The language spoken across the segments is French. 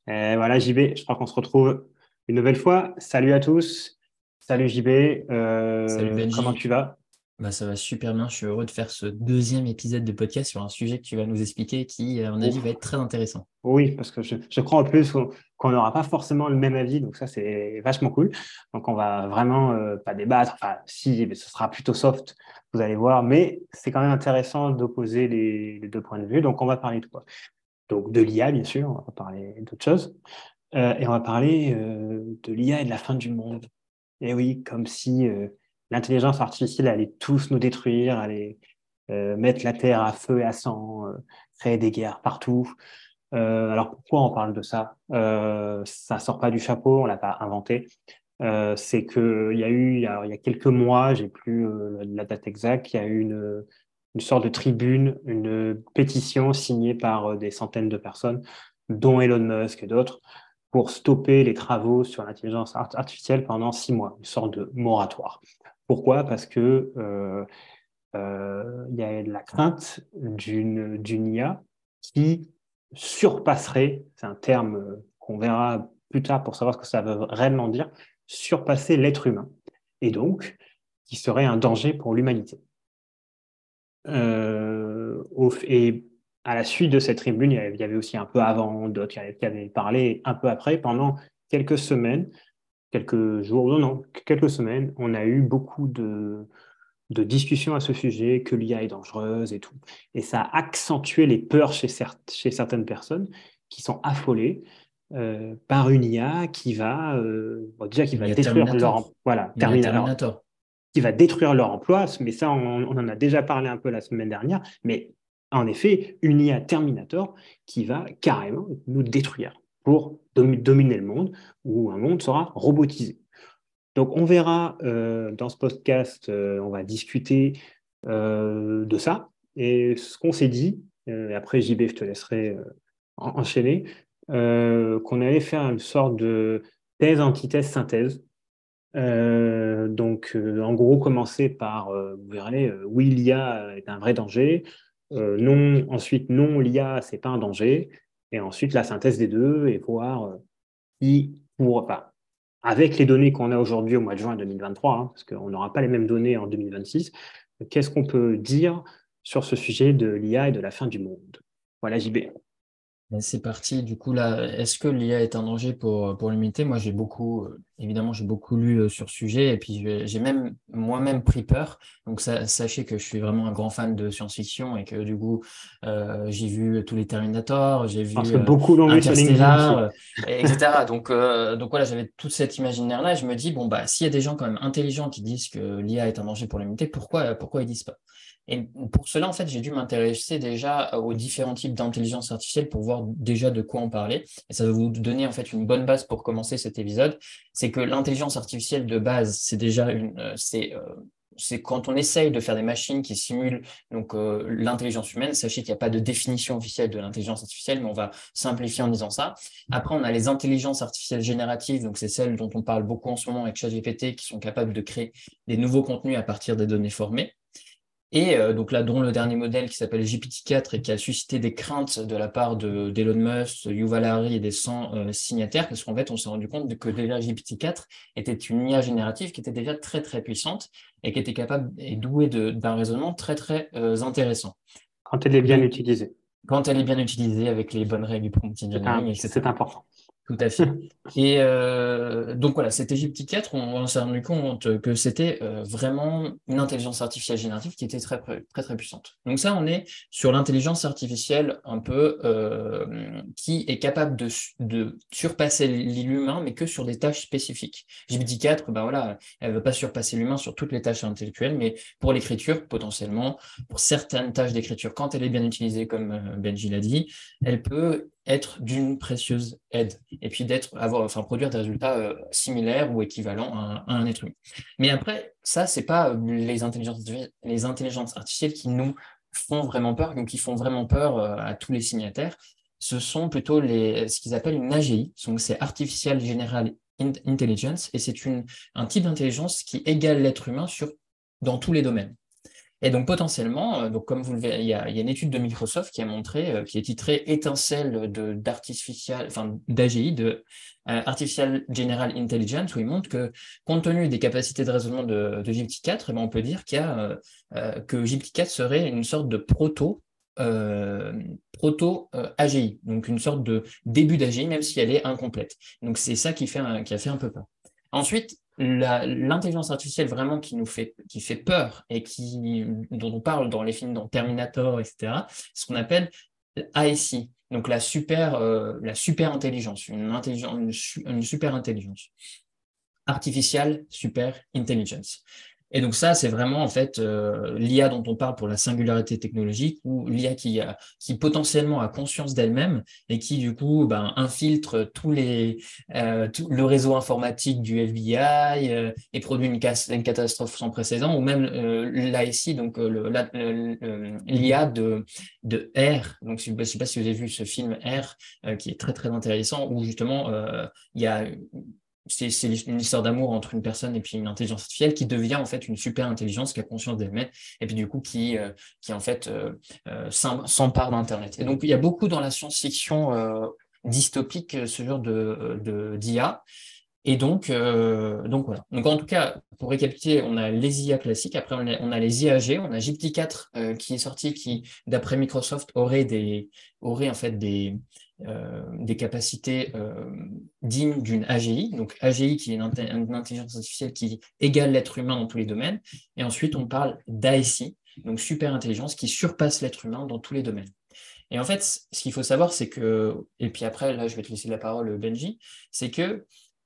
Voilà, JB, je crois qu'on se retrouve une nouvelle fois. Salut à tous. Salut JB, Salut comment Benji, tu vas? ça va super bien. Je suis heureux de faire ce deuxième épisode de podcast sur un sujet que tu vas nous expliquer qui, à mon avis, va Ouf. être très intéressant. Oui, parce que je crois en plus qu'on n'aura pas forcément le même avis, donc ça c'est vachement cool. Donc on va vraiment pas débattre, enfin si, mais ce sera plutôt soft, vous allez voir, mais c'est quand même intéressant d'opposer les deux points de vue. Donc on va parler de quoi? Donc de l'IA, bien sûr, on va pas parler d'autre chose. Et on va parler de l'IA et de la fin du monde. Et oui, comme si l'intelligence artificielle allait tous nous détruire, allait mettre la Terre à feu et à sang, créer des guerres partout. Alors pourquoi on parle de ça? Ça sort pas du chapeau, on l'a pas inventé. C'est que il y a eu, alors, il y a quelques mois, j'ai plus la date exacte, il y a eu une sorte de tribune, une pétition signée par des centaines de personnes, dont Elon Musk et d'autres, pour stopper les travaux sur l'intelligence artificielle pendant 6 mois, une sorte de moratoire. Pourquoi? Parce que il y a de la crainte d'une IA qui surpasserait, c'est un terme qu'on verra plus tard pour savoir ce que ça veut réellement dire, surpasser l'être humain, et donc qui serait un danger pour l'humanité. Et à la suite de cette tribune, il y avait aussi un peu avant d'autres qui avaient parlé un peu après, pendant quelques semaines, quelques jours, non, non, quelques semaines, on a eu beaucoup de discussions à ce sujet, que l'IA est dangereuse et tout. Et ça a accentué les peurs chez certaines personnes qui sont affolées par une IA qui va, bon, déjà, qui Il va y a détruire Terminator. voilà, Il y a Terminator. qui va détruire leur emploi, mais ça, on en a déjà parlé un peu la semaine dernière, mais en effet, une IA Terminator qui va carrément nous détruire pour dominer le monde, où un monde sera robotisé. Donc, on verra dans ce podcast, on va discuter de ça. Et ce qu'on s'est dit, après JB, je te laisserai enchaîner, qu'on allait faire une sorte de thèse, antithèse, synthèse. En gros, commencer par, vous verrez, oui, l'IA est un vrai danger. Non, ensuite, non, l'IA, c'est pas un danger. Et ensuite, la synthèse des deux et voir enfin, avec les données qu'on a aujourd'hui au mois de juin 2023, hein, parce qu'on n'aura pas les mêmes données en 2026, qu'est-ce qu'on peut dire sur ce sujet de l'IA et de la fin du monde? Voilà, JB. Ben, c'est parti. Du coup, là, est-ce que l'IA est un danger pour l'humanité? Moi, évidemment, j'ai beaucoup lu sur ce sujet et puis j'ai même moi-même pris peur. Donc, sachez que je suis vraiment un grand fan de science-fiction et que du coup, j'ai vu tous les Terminator, j'ai Je pense vu que beaucoup l'ont vu sur LinkedIn Interstellar, aussi. etc. Donc voilà, j'avais tout cet imaginaire-là et je me dis, bon, bah, s'il y a des gens quand même intelligents qui disent que l'IA est un danger pour l'humanité, pourquoi ils disent pas? Et pour cela, en fait, j'ai dû m'intéresser déjà aux différents types d'intelligence artificielle pour voir déjà de quoi on parlait. Et ça va vous donner en fait une bonne base pour commencer cet épisode. C'est que l'intelligence artificielle de base, c'est quand on essaye de faire des machines qui simulent l'intelligence humaine. Sachez qu'il n'y a pas de définition officielle de l'intelligence artificielle, mais on va simplifier en disant ça. Après, on a les intelligences artificielles génératives, donc c'est celles dont on parle beaucoup en ce moment avec ChatGPT, qui sont capables de créer des nouveaux contenus à partir des données formées. Et donc là, dont le dernier modèle qui s'appelle GPT-4 et qui a suscité des craintes de la part d'Elon Musk, Yuval Harari et des 100 signataires, parce qu'en fait, on s'est rendu compte que déjà GPT-4 était une IA générative qui était déjà très très puissante et qui était capable et douée d'un raisonnement très très intéressant. Quand elle est bien Donc, utilisée. quand elle est bien utilisée avec les bonnes règles du prompt engineering, C'est etc. important. Tout à fait. Et donc voilà, cet GPT-4, on s'est rendu compte que c'était vraiment une intelligence artificielle générative qui était très, très, très puissante. Donc ça, on est sur l'intelligence artificielle un peu qui est capable de surpasser l'humain, mais que sur des tâches spécifiques. GPT-4, ben voilà, elle ne veut pas surpasser l'humain sur toutes les tâches intellectuelles, mais pour l'écriture, potentiellement, pour certaines tâches d'écriture, quand elle est bien utilisée, comme Benji l'a dit, elle peut être d'une précieuse aide et puis produire des résultats similaires ou équivalents à un être humain. Mais après, ça, c'est pas les intelligences artificielles qui nous font vraiment peur, donc qui font vraiment peur à tous les signataires. Ce sont plutôt ce qu'ils appellent une AGI, donc c'est Artificial General Intelligence, et c'est un type d'intelligence qui égale l'être humain dans tous les domaines. Et donc potentiellement, donc comme vous le verrez, il y a une étude de Microsoft qui a montré, qui est titrée Étincelle d'AGI, Artificial General Intelligence, où il montre que compte tenu des capacités de raisonnement de GPT-4, eh ben, on peut dire que GPT-4 serait une sorte de proto AGI, donc une sorte de début d'AGI, même si elle est incomplète. Donc c'est ça qui a fait un peu peur. Ensuite, l'intelligence artificielle vraiment qui fait peur et dont on parle dans les films, dans Terminator, etc., c'est ce qu'on appelle ASI, donc la super intelligence, une super intelligence. Artificial Super Intelligence. Et donc ça, c'est vraiment en fait l'IA dont on parle pour la singularité technologique, ou l'IA qui potentiellement a conscience d'elle-même et qui du coup infiltre tout le réseau informatique du FBI et produit une catastrophe sans précédent, ou même l'ASI, donc l'IA de R. Donc je ne sais pas si vous avez vu ce film R, qui est très très intéressant, où justement il y a c'est une histoire d'amour entre une personne et puis une intelligence artificielle qui devient en fait une super intelligence qui a conscience d'elle-même et puis du coup qui en fait s'empare d'Internet. Et donc il y a beaucoup dans la science-fiction dystopique ce genre d'IA. Et donc voilà. Donc en tout cas, pour récapituler, on a les IA classiques, après on a les IAG, on a GPT-4 qui est sorti, qui d'après Microsoft aurait en fait des capacités dignes d'une AGI. Donc AGI qui est une intelligence artificielle qui égale l'être humain dans tous les domaines. Et ensuite on parle d'ASI, donc super intelligence qui surpasse l'être humain dans tous les domaines. Et en fait, ce qu'il faut savoir, c'est que, et puis après, là je vais te laisser la parole, Benji, c'est que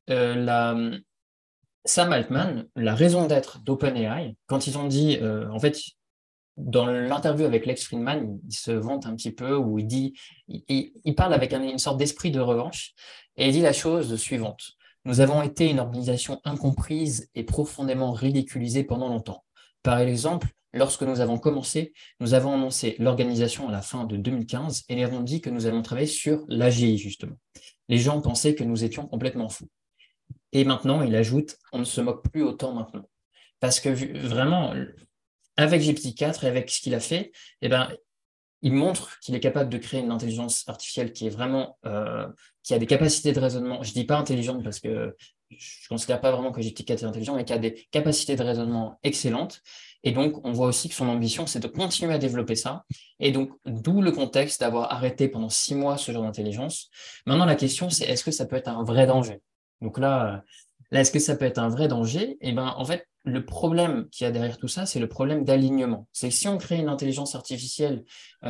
Sam Altman, la raison d'être d'OpenAI, quand ils ont dit, en fait, dans l'interview avec Lex Fridman, il se vante un petit peu, où il parle avec une sorte d'esprit de revanche, et il dit la chose suivante. Nous avons été une organisation incomprise et profondément ridiculisée pendant longtemps. Par exemple, lorsque nous avons commencé, nous avons annoncé l'organisation à la fin de 2015 et nous avons dit que nous allons travailler sur l'AGI, justement. Les gens pensaient que nous étions complètement fous. Et maintenant, il ajoute, on ne se moque plus autant maintenant. Parce que vraiment, avec GPT-4 et avec ce qu'il a fait, eh ben, il montre qu'il est capable de créer une intelligence artificielle qui est vraiment, qui a des capacités de raisonnement. Je ne dis pas intelligente parce que je ne considère pas vraiment que GPT-4 est intelligent, mais qui a des capacités de raisonnement excellentes. Et donc, on voit aussi que son ambition, c'est de continuer à développer ça. Et donc, d'où le contexte d'avoir arrêté pendant 6 mois ce genre d'intelligence. Maintenant, la question, c'est est-ce que ça peut être un vrai danger? Donc là, est-ce que ça peut être un vrai danger? Eh ben, en fait, le problème qu'il y a derrière tout ça, c'est le problème d'alignement. C'est que si on crée une intelligence artificielle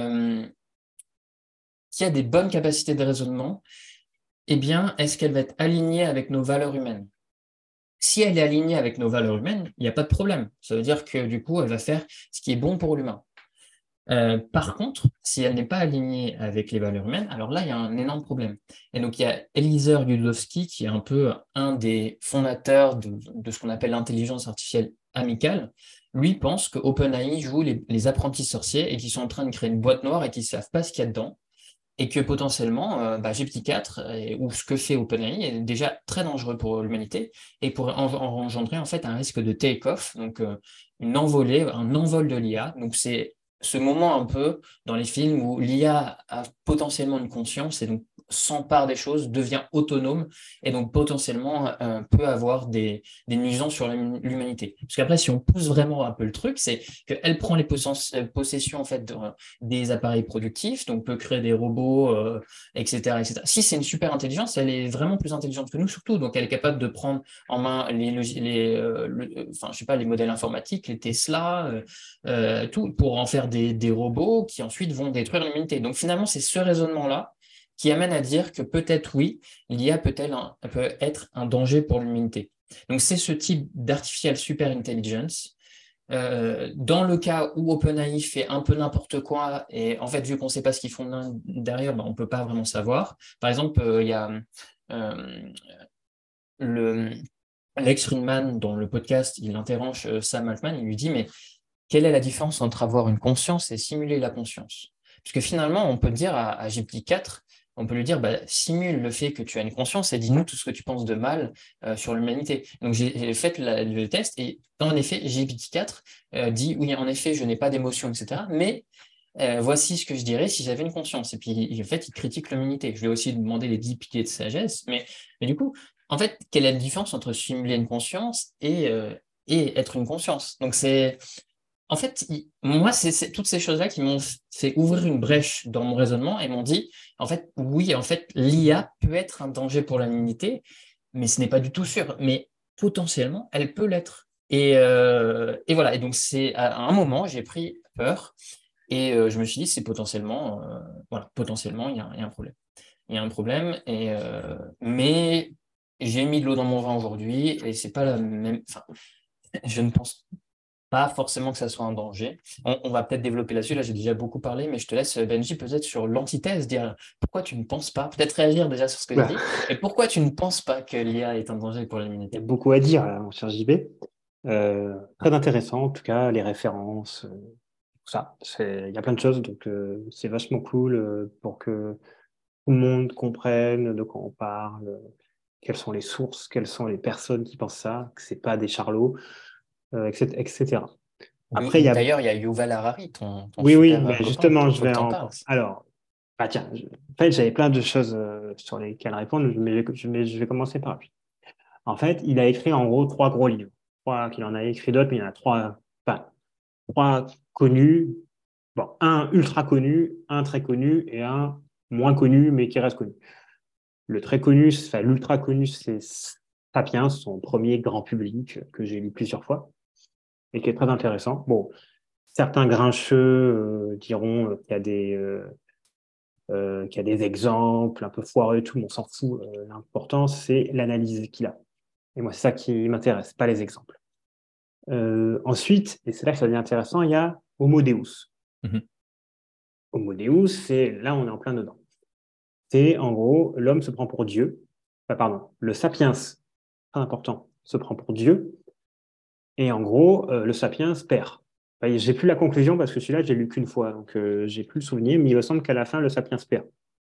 qui a des bonnes capacités de raisonnement, eh bien, est-ce qu'elle va être alignée avec nos valeurs humaines? Si elle est alignée avec nos valeurs humaines, il n'y a pas de problème. Ça veut dire que du coup, elle va faire ce qui est bon pour l'humain. Par contre, si elle n'est pas alignée avec les valeurs humaines, alors là, il y a un énorme problème. Et donc, il y a Eliezer Yudkowsky, qui est un peu un des fondateurs de ce qu'on appelle l'intelligence artificielle amicale. Lui pense que OpenAI joue les apprentis sorciers et qu'ils sont en train de créer une boîte noire et qu'ils ne savent pas ce qu'il y a dedans. Et que potentiellement, GPT-4 ou ce que fait OpenAI est déjà très dangereux pour l'humanité et pourrait engendrer en fait un risque de take-off, donc une envolée, un envol de l'IA. Donc c'est ce moment un peu dans les films où l'IA a potentiellement une conscience et donc s'empare des choses, devient autonome et donc potentiellement peut avoir des nuisances sur l'humanité. Parce qu'après, si on pousse vraiment un peu le truc, c'est qu'elle prend les possessions en fait des appareils productifs, donc peut créer des robots, etc., etc. Si c'est une super intelligence, elle est vraiment plus intelligente que nous surtout, donc elle est capable de prendre en main enfin, je sais pas, les modèles informatiques, les Tesla, tout, pour en faire des robots qui ensuite vont détruire l'humanité. Donc finalement, c'est ce raisonnement-là qui amène à dire que peut-être oui, l'IA peut être un danger pour l'humanité. Donc c'est ce type d'artificial super intelligence. Dans le cas où OpenAI fait un peu n'importe quoi, et en fait, vu qu'on ne sait pas ce qu'ils font derrière, on ne peut pas vraiment savoir. Par exemple, il y a Lex Fridman, dans le podcast, il interroge Sam Altman, il lui dit, mais quelle est la différence entre avoir une conscience et simuler la conscience? Parce que finalement, on peut dire à GPT-4, on peut lui dire, bah, simule le fait que tu as une conscience et dis-nous tout ce que tu penses de mal sur l'humanité. Donc j'ai fait le test et en effet, GPT-4 dit, oui, en effet, je n'ai pas d'émotion, etc. Mais voici ce que je dirais si j'avais une conscience. Et puis, en fait, il critique l'humanité. Je lui ai aussi demandé les 10 piliers de sagesse. Mais du coup, en fait, quelle est la différence entre simuler une conscience et être une conscience? Donc, en fait, moi, c'est toutes ces choses-là qui m'ont fait ouvrir une brèche dans mon raisonnement et m'ont dit, en fait, oui, en fait, l'IA peut être un danger pour l'humanité, mais ce n'est pas du tout sûr. Mais potentiellement, elle peut l'être. Et voilà. Et donc, c'est à un moment, j'ai pris peur et je me suis dit, c'est potentiellement, voilà, potentiellement, il y a un problème. Il y a un problème, mais j'ai mis de l'eau dans mon vin aujourd'hui et c'est pas la même. Enfin, je ne pense pas forcément que ça soit un danger. On va peut-être développer là-dessus. Là, j'ai déjà beaucoup parlé, mais je te laisse, Benji, peut-être sur l'antithèse, dire pourquoi tu ne penses pas, peut-être réagir déjà sur ce que je Bah, dis, et pourquoi tu ne penses pas que l'IA est un danger pour il y a l'humanité. beaucoup à dire, là, mon cher JB. Très intéressant, en tout cas, les références, tout ça. Il y a plein de choses, donc c'est vachement cool pour que tout le monde comprenne de quoi on parle, quelles sont les sources, quelles sont les personnes qui pensent ça, que c'est pas des charlots, etc., etc. Après, il y a... D'ailleurs, il y a Yuval Harari, ton Oui, oui, super mais copain. justement, Il je faut que vais tu en en... parles. Alors, ah, tiens, en fait, j'avais plein de choses sur lesquelles répondre, mais je vais commencer par lui. En fait, il a écrit en gros trois gros livres. Trois qu'il en a écrit d'autres, mais il y en a trois, enfin, trois connus. Bon, un ultra connu, un très connu et un moins connu, mais qui reste connu. Le très connu, enfin, l'ultra connu, c'est Sapiens, son premier grand public que j'ai lu plusieurs fois et qui est très intéressant. Bon, certains grincheux diront qu'il y a des exemples un peu foireux et tout, mais on s'en fout. L'important, c'est l'analyse qu'il a. Et moi, c'est ça qui m'intéresse, pas les exemples. Ensuite, et c'est là que ça devient intéressant, il y a Homo Deus. Mhm. Homo Deus, c'est là, on est en plein dedans. C'est en gros, l'homme se prend pour Dieu. Enfin, pardon, le sapiens, très important, se prend pour Dieu. Et en gros, le sapiens perd. Enfin, j'ai plus la conclusion parce que celui-là, j'ai lu qu'une fois, donc j'ai plus le souvenir, mais il me semble qu'à la fin, le sapiens perd.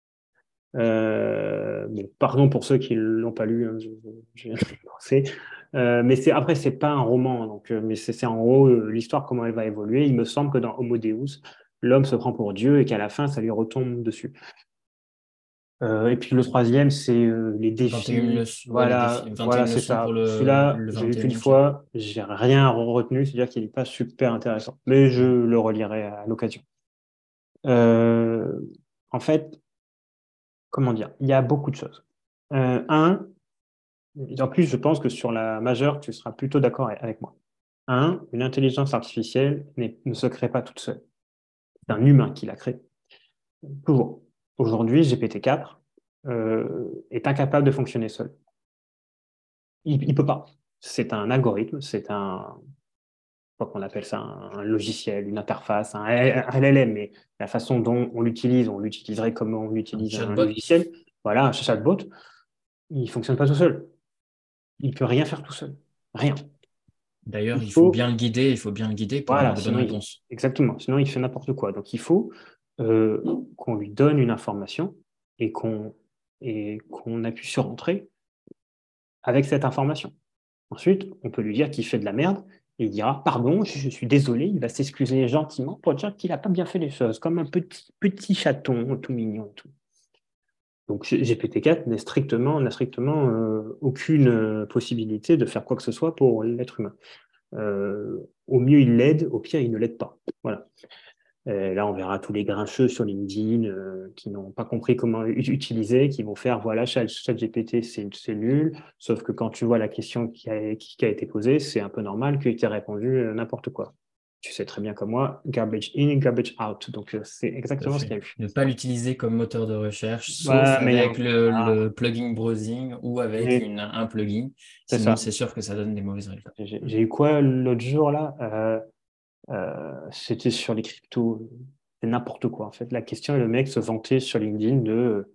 Bon, pardon pour ceux qui ne l'ont pas lu, hein, je viens de penser. Mais après, c'est pas un roman, donc, mais c'est en gros l'histoire, comment elle va évoluer. Il me semble que dans Homo Deus, l'homme se prend pour Dieu et qu'à la fin, ça lui retombe dessus. Et puis le troisième, c'est les 21 défis. leçons, ouais, les défis, Voilà, 21 voilà, c'est leçons pour ça. Celui-là, le j'ai lu qu'une 21e siècle. fois, j'ai rien retenu, c'est-à-dire qu'il n'est pas super intéressant. Mais je Mhm. le relirai à l'occasion. Euh, En fait, comment dire, il y a beaucoup de choses. Un, et en plus, je pense que sur la majeure, tu seras plutôt d'accord avec moi. Un, une intelligence artificielle ne se crée pas toute seule. C'est un humain qui la crée. Toujours. Aujourd'hui, GPT-4 est incapable de fonctionner seul. Il ne peut pas. C'est un algorithme, c'est un, quoi qu'on appelle ça, un logiciel, une interface, un LLM, mais la façon dont on l'utiliserait comme on Un utilise un chatbot. logiciel, voilà, un chatbot, il ne fonctionne pas tout seul. Il ne peut rien faire tout seul. Rien. D'ailleurs, Il il faut bien faut, le guider, il faut bien le guider pour avoir voilà, de bonnes réponses. exactement, sinon il fait n'importe quoi. Donc il faut qu'on lui donne une information et qu'on appuie sur entrée avec cette information. Ensuite, on peut lui dire qu'il fait de la merde et il dira pardon, je suis désolé, il va s'excuser gentiment pour dire qu'il n'a pas bien fait les choses, comme un petit chaton tout mignon. Tout. Donc GPT-4 n'a strictement aucune possibilité de faire quoi que ce soit pour l'être humain. Au mieux, il l'aide, au pire, il ne l'aide pas. Voilà. Là, on verra tous les grincheux sur LinkedIn qui n'ont pas compris comment utiliser, qui vont faire, voilà, ChatGPT, c'est nul. Sauf que quand tu vois la question qui a été posée, c'est un peu normal qu'il t'ait répondu n'importe quoi. Tu sais très bien comme moi, garbage in, garbage out. Donc, c'est Tout à exactement ce qu'il fait. y a eu. Ne pas l'utiliser comme moteur de recherche, sauf Ouais, mais avec voilà. le plugin browsing ou avec Et un plugin. c'est Sinon, ça. c'est sûr que ça donne des mauvais résultats. J'ai eu quoi l'autre jour là c'était sur les cryptos. C'est n'importe quoi en fait. La question est le mec se vantait sur LinkedIn de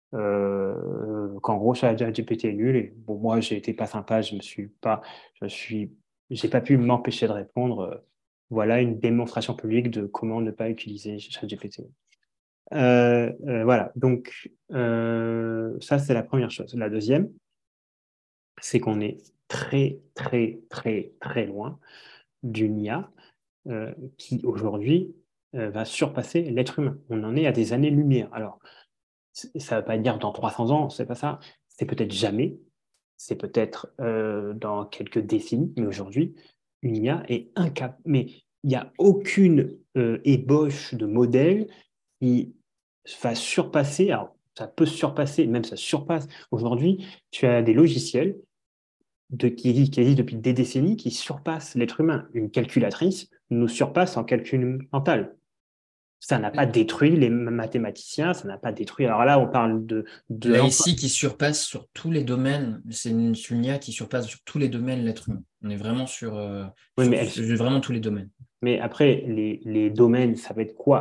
qu'en gros, ChatGPT est nul. Et bon, moi, j'ai été pas sympa, je suis, j'ai pas pu m'empêcher de répondre. Voilà une démonstration publique de comment ne pas utiliser ChatGPT. Voilà, donc ça, c'est la première chose. La deuxième, c'est qu'on est très, très, très, très loin d'une IA qui, aujourd'hui, va surpasser l'être humain. On en est à des années-lumière. Alors, ça ne veut pas dire dans 300 ans, c'est pas ça. C'est peut-être jamais, c'est peut-être dans quelques décennies, mais aujourd'hui, une IA est incapable. Mais il n'y a aucune ébauche de modèle qui va surpasser. Alors, ça peut surpasser, même ça surpasse. Aujourd'hui, tu as des logiciels qui existent depuis des décennies qui surpassent l'être humain. Une calculatrice nous surpasse en calcul mental. Ça n'a pas détruit les mathématiciens, ça n'a pas détruit. Alors là, on parle de Là, l'emploi. ici, qui surpasse sur tous les domaines, c'est une IA qui surpasse sur tous les domaines l'être humain. On est vraiment Oui, sur vraiment tous les domaines. mais après, les domaines, ça va être quoi?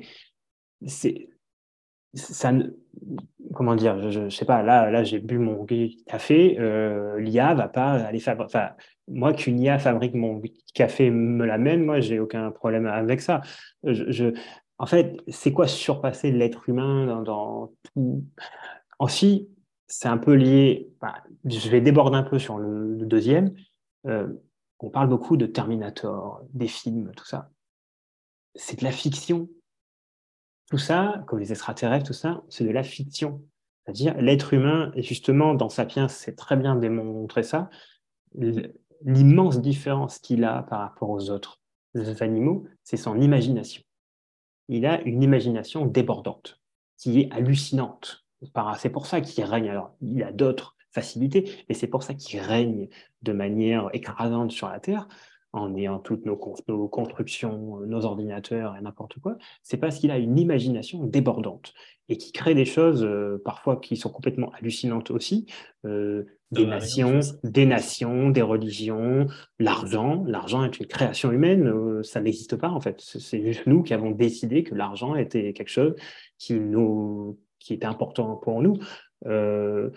C'est- ça, comment dire? Je sais pas. Là, j'ai bu mon café. L'IA va pas aller fabriquer. Enfin, moi, qu'une IA fabrique mon café, me l'amène, moi, j'ai aucun problème avec ça. En fait, c'est quoi surpasser l'être humain dans tout? Ensuite, c'est un peu lié, bah, je vais déborder un peu sur le deuxième. Euh, on parle beaucoup de Terminator, des films, tout ça. C'est de la fiction. Tout ça, comme les extraterrestres, tout ça, c'est de la fiction. C'est-à-dire, l'être humain, et justement, dans Sapiens, c'est très bien démontré ça, l'immense différence qu'il a par rapport aux autres animaux, c'est son imagination. Il a une imagination débordante, qui est hallucinante. C'est pour ça qu'il règne. Alors, il a d'autres facilités, mais c'est pour ça qu'il règne de manière écrasante sur la Terre, en ayant toutes nos constructions, nos ordinateurs et n'importe quoi. C'est parce qu'il a une imagination débordante et qui crée des choses parfois qui sont complètement hallucinantes aussi. Comme Ariane, en fait. Des nations, des religions, l'argent. L'argent est une création humaine, ça n'existe pas en fait. C'est juste nous qui avons décidé que l'argent était quelque chose qui était important pour nous. Euh,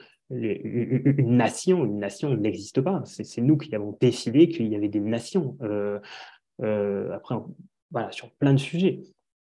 une nation n'existe pas. C'est nous qui avons décidé qu'il y avait des nations. Après, voilà, sur plein de sujets.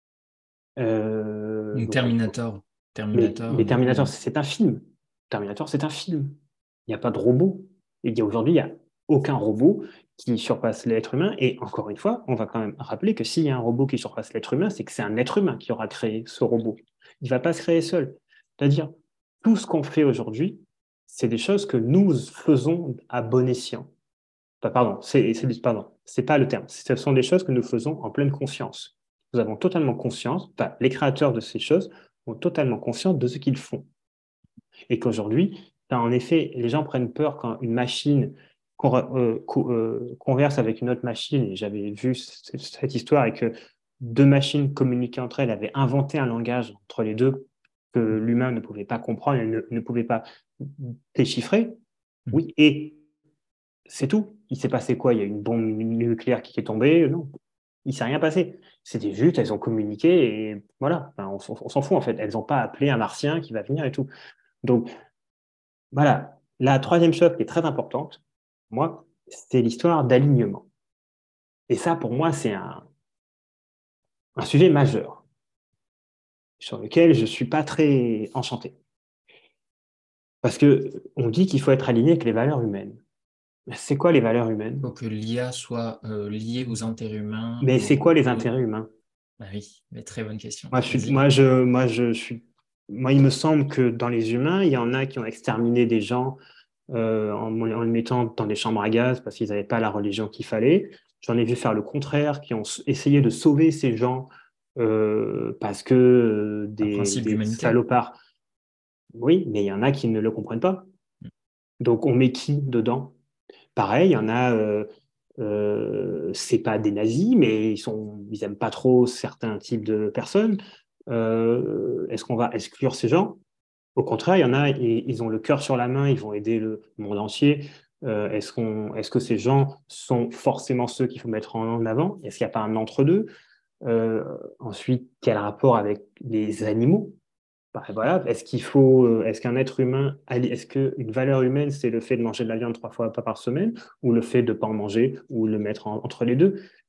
Donc, Donc, Terminator, mais du coup. Terminator, c'est un film. Terminator, c'est un film. Il n'y a pas de robot. Aujourd'hui, il n'y a aucun robot qui surpasse l'être humain. Et encore une fois, on va quand même rappeler que s'il y a un robot qui surpasse l'être humain, c'est que c'est un être humain qui aura créé ce robot. Il ne va pas se créer seul. C'est-à-dire, tout ce qu'on fait aujourd'hui, c'est des choses que nous faisons à bon escient. Enfin, pardon, pardon, c'est pas le terme. Ce sont des choses que nous faisons en pleine conscience. Nous avons totalement conscience, enfin, les créateurs de ces choses ont totalement conscience de ce qu'ils font. Et qu'aujourd'hui, ben, en effet, les gens prennent peur quand une machine converse avec une autre machine. Et j'avais vu cette histoire et que deux machines communiquaient entre elles, avaient inventé un langage entre les deux que l'humain ne pouvait pas comprendre, et ne pouvait pas déchiffrer. Oui, et c'est tout. Il s'est passé quoi? Il y a une bombe nucléaire qui est tombée? Non, il ne s'est rien passé. C'était juste, elles ont communiqué et voilà. Enfin, on s'en fout en fait. Elles n'ont pas appelé un martien qui va venir et tout. Donc voilà. La troisième chose qui est très importante, moi, c'est l'histoire d'alignement. Et ça, pour moi, c'est un sujet majeur sur lequel je ne suis pas très enchanté. Parce que on dit qu'il faut être aligné avec les valeurs humaines. Mais c'est quoi les valeurs humaines? Il faut que l'IA soit liée aux intérêts humains. Mais c'est quoi les intérêts humains? Ah oui, mais très bonne question. Moi, Vas-y. il me semble que dans les humains, il y en a qui ont exterminé des gens en les mettant dans des chambres à gaz parce qu'ils n'avaient pas la religion qu'il fallait. J'en ai vu faire le contraire, qui ont essayé de sauver ces gens parce que Un principe des d'humanité. salopards. Oui, mais il y en a qui ne le comprennent pas. Donc, on met qui dedans? Pareil, il y en a, c'est pas des nazis, mais ils aiment pas trop certains types de personnes. Est-ce qu'on va exclure ces gens? Au contraire, il y en a, ils ont le cœur sur la main, ils vont aider le monde entier. Est-ce que ces gens sont forcément ceux qu'il faut mettre en avant? Est-ce qu'il n'y a pas un entre-deux? Ensuite, quel rapport avec les animaux? Bah, voilà, est-ce qu'un être humain, est-ce qu'une valeur humaine, c'est le fait de manger de la viande 3 fois pas par semaine, ou le fait de ne pas en manger, ou le mettre entre les deux?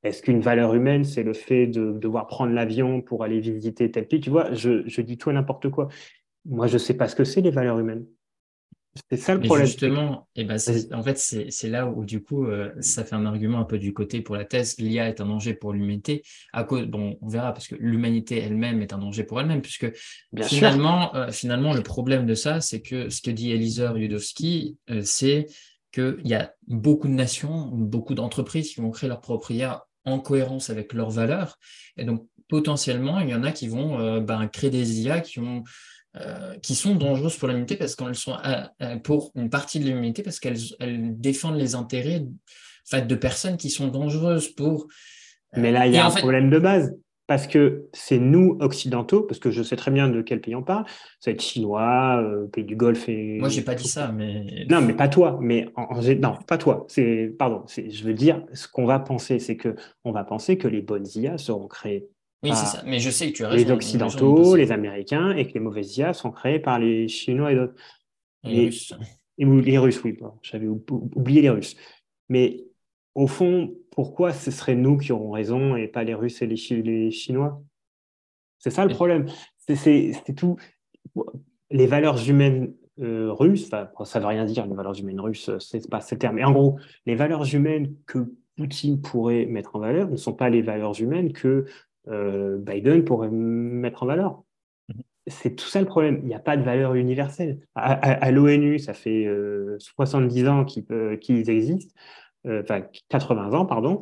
Est-ce qu'une valeur humaine, c'est le fait de devoir prendre l'avion pour aller visiter tel pays? Tu vois, je dis tout et n'importe quoi. Moi, je ne sais pas ce que c'est les valeurs humaines. C'est ça le Mais problème. justement, Vas-y. en fait, c'est là où du coup, ça fait un argument un peu du côté pour la thèse. L'IA est un danger pour l'humanité. À cause, bon, on verra parce que l'humanité elle-même est un danger pour elle-même, puisque Bien sûr. finalement, le problème de ça, c'est que ce que dit Eliseur Yudowski, c'est qu'il y a beaucoup de nations, beaucoup d'entreprises qui vont créer leur propre IA en cohérence avec leurs valeurs. Et donc, potentiellement, il y en a qui vont créer des IA qui sont dangereuses pour l'humanité parce qu'elles sont pour une partie de l'humanité parce qu'elles défendent les intérêts en fait, de personnes qui sont dangereuses pour Mais là, il y et a en un fait problème de base. Parce que c'est nous, occidentaux, parce que je sais très bien de quel pays on parle, ça va être chinois, pays du Golfe moi et j'ai pas dit tout. ça mais Non, mais pas toi, mais non, pas toi. Pardon, je veux dire, ce qu'on va penser, c'est que on va penser que les bonnes IA seront créées oui c'est ça par mais je sais que tu as les raison de me Occidentaux, penser les Américains, et que les mauvaises IA sont créées par les Chinois et d'autres. les Mais, Russes. ou les Russes, oui, pardon, j'avais oublié les Russes. Mais au fond, pourquoi ce serait nous qui aurons raison et pas les Russes et les Chinois? C'est ça le Et- problème. C'est tout. Les valeurs humaines russes, enfin, ça ne veut rien dire, les valeurs humaines russes, c'est pas ce terme. Mais en gros, les valeurs humaines que Poutine pourrait mettre en valeur ne sont pas les valeurs humaines que Biden pourrait mettre en valeur. C'est tout ça le problème. Il n'y a pas de valeur universelle. À l'ONU, ça fait 70 ans qu'ils existent, enfin 80 ans, pardon.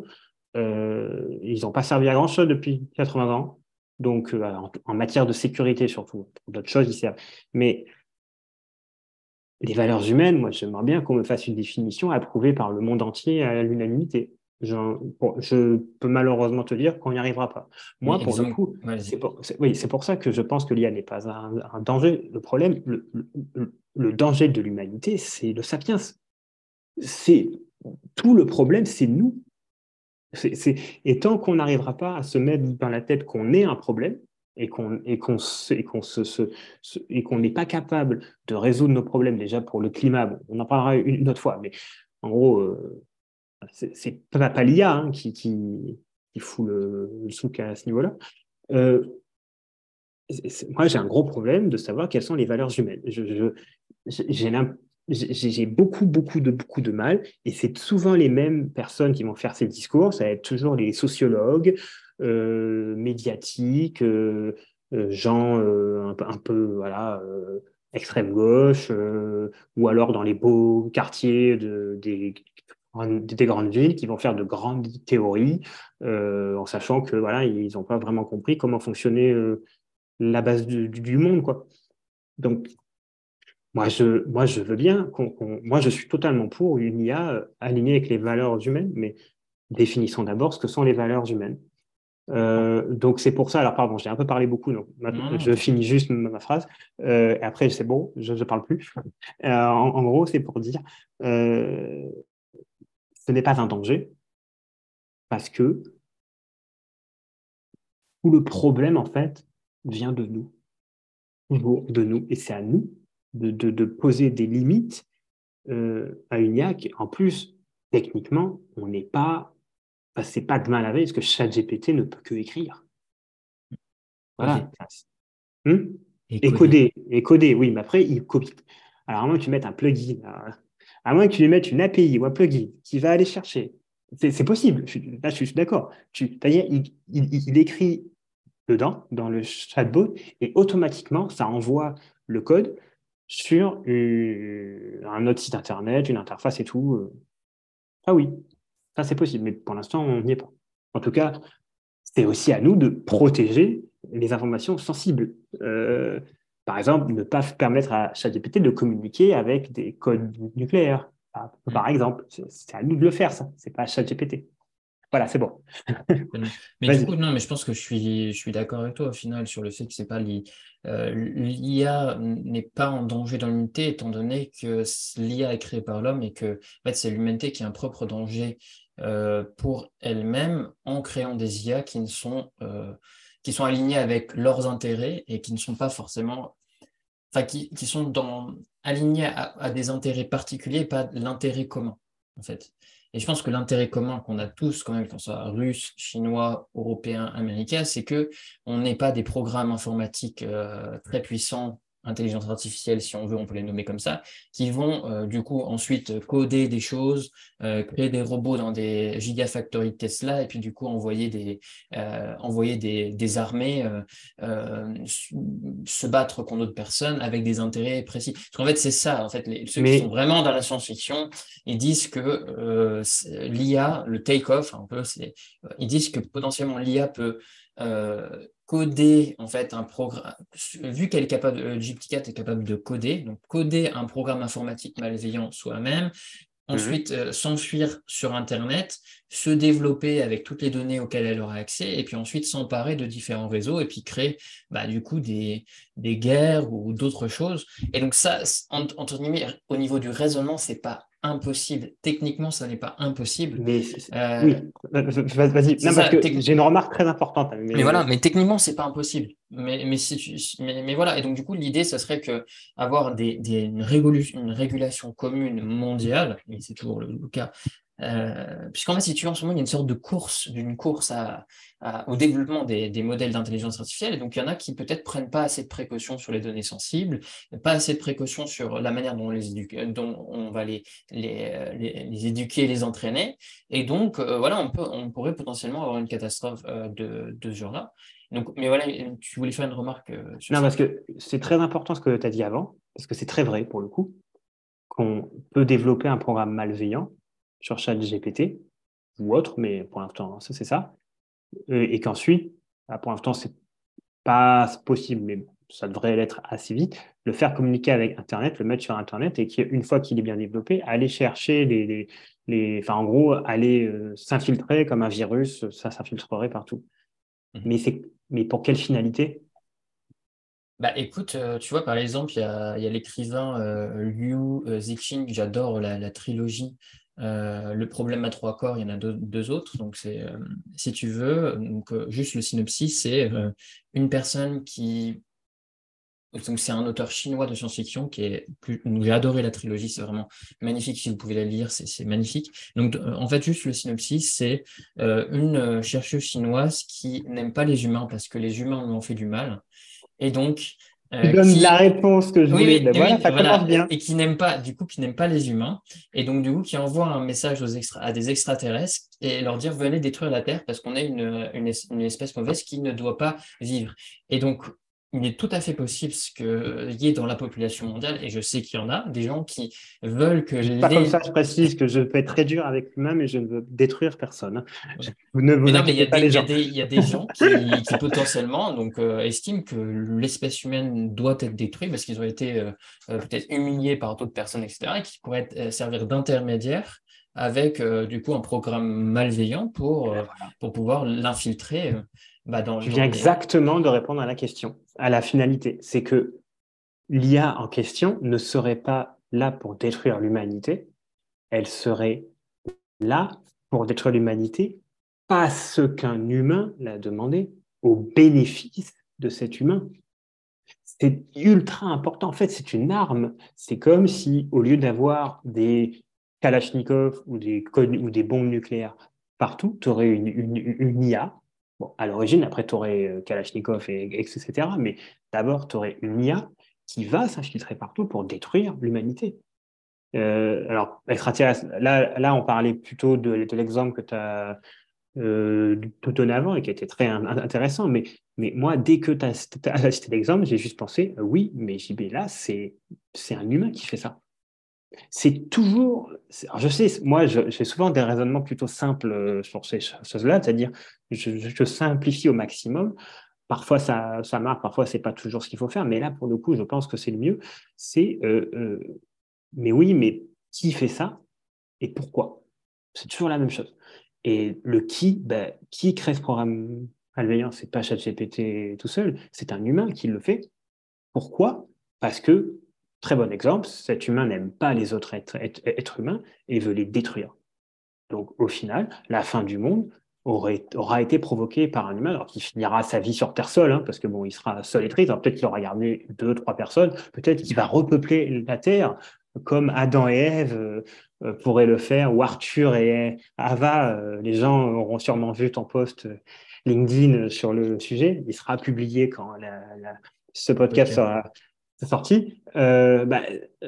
Ils n'ont pas servi à grand-chose depuis 80 ans. Donc, en matière de sécurité surtout, pour d'autres choses, ils servent. Mais les valeurs humaines, moi, j'aimerais bien qu'on me fasse une définition approuvée par le monde entier à l'unanimité. Bon, je peux malheureusement te dire qu'on n'y arrivera pas. mais Moi, pour le exemple coup, ouais, vas-y. oui, c'est pour ça que je pense que l'IA n'est pas un danger. Le problème, le danger de l'humanité, c'est le sapiens. C'est tout le problème, c'est nous. Et tant qu'on n'arrivera pas à se mettre dans la tête qu'on est un problème et qu'on n'est pas capable de résoudre nos problèmes déjà pour le climat, bon, on en parlera une autre fois, mais en gros, c'est pas l'IA hein, qui fout le souk à ce niveau-là. Euh, Moi, j'ai un gros problème de savoir quelles sont les valeurs humaines. J'ai j'ai beaucoup de mal, et c'est souvent les mêmes personnes qui vont faire ces discours. Ça va être toujours les sociologues médiatiques, gens un peu voilà, extrême gauche, ou alors dans les beaux quartiers des grandes villes qui vont faire de grandes théories en sachant que voilà, ils n'ont pas vraiment compris comment fonctionnait la base du monde, quoi. Donc, moi, je veux bien, moi, je suis totalement pour une IA alignée avec les valeurs humaines, mais définissons d'abord ce que sont les valeurs humaines. Donc, c'est pour ça, alors pardon, j'ai un peu parlé beaucoup, donc Non, non, je t'inquiète. finis juste ma phrase, et après, c'est bon, je ne parle plus. En gros, c'est pour dire, euh, ce n'est pas un danger, parce que tout le problème, en fait, vient de nous, toujours de nous, et c'est à nous de poser des limites à une IA qui, en plus, techniquement, on n'est pas, enfin, c'est pas demain la veille, parce que ChatGPT ne peut que écrire. Voilà. Coder Hmm. et Et coder coder, oui, mais après, il copie. Alors, à moins que tu mettes un plugin, à moins que tu lui mettes une API ou un plugin qui va aller chercher. C'est possible, là, je suis d'accord. C'est-à-dire, il écrit dedans, dans le chatbot, et automatiquement, ça envoie le code sur un autre site internet, une interface et tout. Ah oui, ça c'est possible, mais pour l'instant, on n'y est pas. En tout cas, c'est aussi à nous de protéger les informations sensibles. Par exemple, ne pas permettre à ChatGPT de communiquer avec des codes nucléaires. Par exemple, c'est à nous de le faire, ça. C'est pas à ChatGPT. Voilà, c'est bon. Mais du coup, Vas-y. non, mais je pense que je suis d'accord avec toi au final sur le fait que c'est pas l'IA n'est pas en danger dans l'humanité étant donné que l'IA est créée par l'homme et que en fait, c'est l'humanité qui a un propre danger pour elle-même en créant des IA qui sont alignées avec leurs intérêts et qui ne sont pas forcément, enfin, qui sont alignés à des intérêts particuliers et pas l'intérêt commun, en fait. Et je pense que l'intérêt commun qu'on a tous, quand même, qu'on soit russe, chinois, européen, américain, c'est que on n'est pas des programmes informatiques très puissants, intelligence artificielle, si on veut, on peut les nommer comme ça, qui vont du coup ensuite coder des choses, créer des robots dans des gigafactories de Tesla, et puis du coup envoyer des armées se battre contre d'autres personnes avec des intérêts précis. Parce qu'en fait, c'est ça, en fait, ceux qui sont Mais, vraiment dans la science-fiction, ils disent que l'IA, le take-off, un peu, ils disent que potentiellement l'IA peut coder en fait un programme, vu qu'elle est capable, GPT-4 est capable de coder, donc coder un programme informatique malveillant soi-même, ensuite s'enfuir sur Internet, se développer avec toutes les données auxquelles elle aura accès, et puis ensuite s'emparer de différents réseaux, et puis créer du coup des guerres ou d'autres choses. Et donc ça, entre guillemets, au niveau du raisonnement, c'est pas impossible. Techniquement, ça n'est pas impossible. mais Euh, oui, vas-y. c'est Non, parce ça, que j'ai une remarque très importante. mais voilà, mais techniquement, c'est pas impossible. Mais voilà, et donc du coup, l'idée, ce serait que avoir une régulation commune mondiale, et c'est toujours le cas, puisqu'en fait, si tu veux, en ce moment, il y a une sorte de d'une course au développement des modèles d'intelligence artificielle, et donc il y en a qui peut-être prennent pas assez de précautions sur les données sensibles, pas assez de précautions sur la manière dont dont on va les éduquer, les entraîner, et donc voilà, on pourrait potentiellement avoir une catastrophe de ce genre-là. Donc, mais voilà, tu voulais faire une remarque sur Non, ça? parce que c'est très important ce que tu as dit avant, parce que c'est très vrai pour le coup, qu'on peut développer un programme malveillant sur ChatGPT ou autre, mais pour l'instant, ça c'est ça. Et qu'ensuite, pour l'instant, c'est pas possible, mais bon, ça devrait l'être assez vite, le faire communiquer avec Internet, le mettre sur Internet et qu'une fois qu'il est bien développé, aller chercher enfin, en gros, aller s'infiltrer comme un virus, ça s'infiltrerait partout. Mhm. Mais pour quelle finalité? Bah écoute, tu vois, par exemple, il y a l'écrivain Liu Cixin, que j'adore la trilogie. Le problème à trois corps, il y en a deux autres. Donc, si tu veux, donc, juste le synopsis, c'est une personne qui. Donc, c'est un auteur chinois de science-fiction j'ai adoré la trilogie, c'est vraiment magnifique. Si vous pouvez la lire, c'est magnifique. Donc, en fait, juste le synopsis, c'est une chercheuse chinoise qui n'aime pas les humains parce que les humains lui ont fait du mal. Et donc, Tu donnes la qui, réponse que je oui, voulais. oui, Ben voilà, oui, ça commence voilà, bien. et qui n'aime pas, du coup, qui n'aime pas les humains, et donc, du coup, qui envoie un message à des extraterrestres et leur dire, venez détruire la Terre parce qu'on est une espèce mauvaise qui ne doit pas vivre. Et donc, il est tout à fait possible qu'il y ait dans la population mondiale, et je sais qu'il y en a, des gens qui veulent que Je dis pas comme les. ça, je précise que je peux être très dur avec l'humain, mais je ne veux détruire personne, hein. Ne Mais vous non, mais il y a inquiétez pas, les gens. il y a des gens qui potentiellement donc, estiment que l'espèce humaine doit être détruite parce qu'ils ont été peut-être humiliés par d'autres personnes, etc., et qui pourraient servir d'intermédiaire avec du coup un programme malveillant pour pouvoir l'infiltrer Tu dans viens les. exactement de répondre à la question, à la finalité. C'est que l'IA en question ne serait pas là pour détruire l'humanité, elle serait là pour détruire l'humanité parce qu'un humain l'a demandé, au bénéfice de cet humain. C'est ultra important. En fait, c'est une arme. C'est comme si, au lieu d'avoir des Kalachnikov ou des bombes nucléaires partout, tu aurais une IA. Bon, à l'origine, après, tu aurais Kalachnikov, etc. Mais d'abord, tu aurais une IA qui va s'infiltrer partout pour détruire l'humanité. Alors, extraterrestre, là, on parlait plutôt de l'exemple que tu as tout donné avant et qui était très intéressant. Mais moi, dès que tu as cité l'exemple, j'ai juste pensé, oui, mais JB, là, c'est un humain qui fait ça. C'est toujours. Alors je sais, moi, j'ai souvent des raisonnements plutôt simples sur ces choses-là, c'est-à-dire, je simplifie au maximum. Parfois, ça marche, parfois, c'est pas toujours ce qu'il faut faire, mais là, pour le coup, je pense que c'est le mieux. C'est, mais oui, mais qui fait ça et pourquoi? C'est toujours la même chose. Et le qui, ben, qui crée ce programme malveillant? C'est pas ChatGPT tout seul, c'est un humain qui le fait. Pourquoi? Parce que, très bon exemple, cet humain n'aime pas les autres êtres humains et veut les détruire. Donc, au final, la fin du monde aura été provoquée par un humain, alors qu'il finira sa vie sur Terre seul, hein, parce que bon, il sera seul et triste. Alors, peut-être qu'il aura gardé deux, trois personnes, peut-être qu'il va repeupler la Terre comme Adam et Ève pourraient le faire, ou Arthur et Ava. Les gens auront sûrement vu ton post LinkedIn sur le sujet. Il sera publié quand ce podcast Ok. sera sorti. Euh,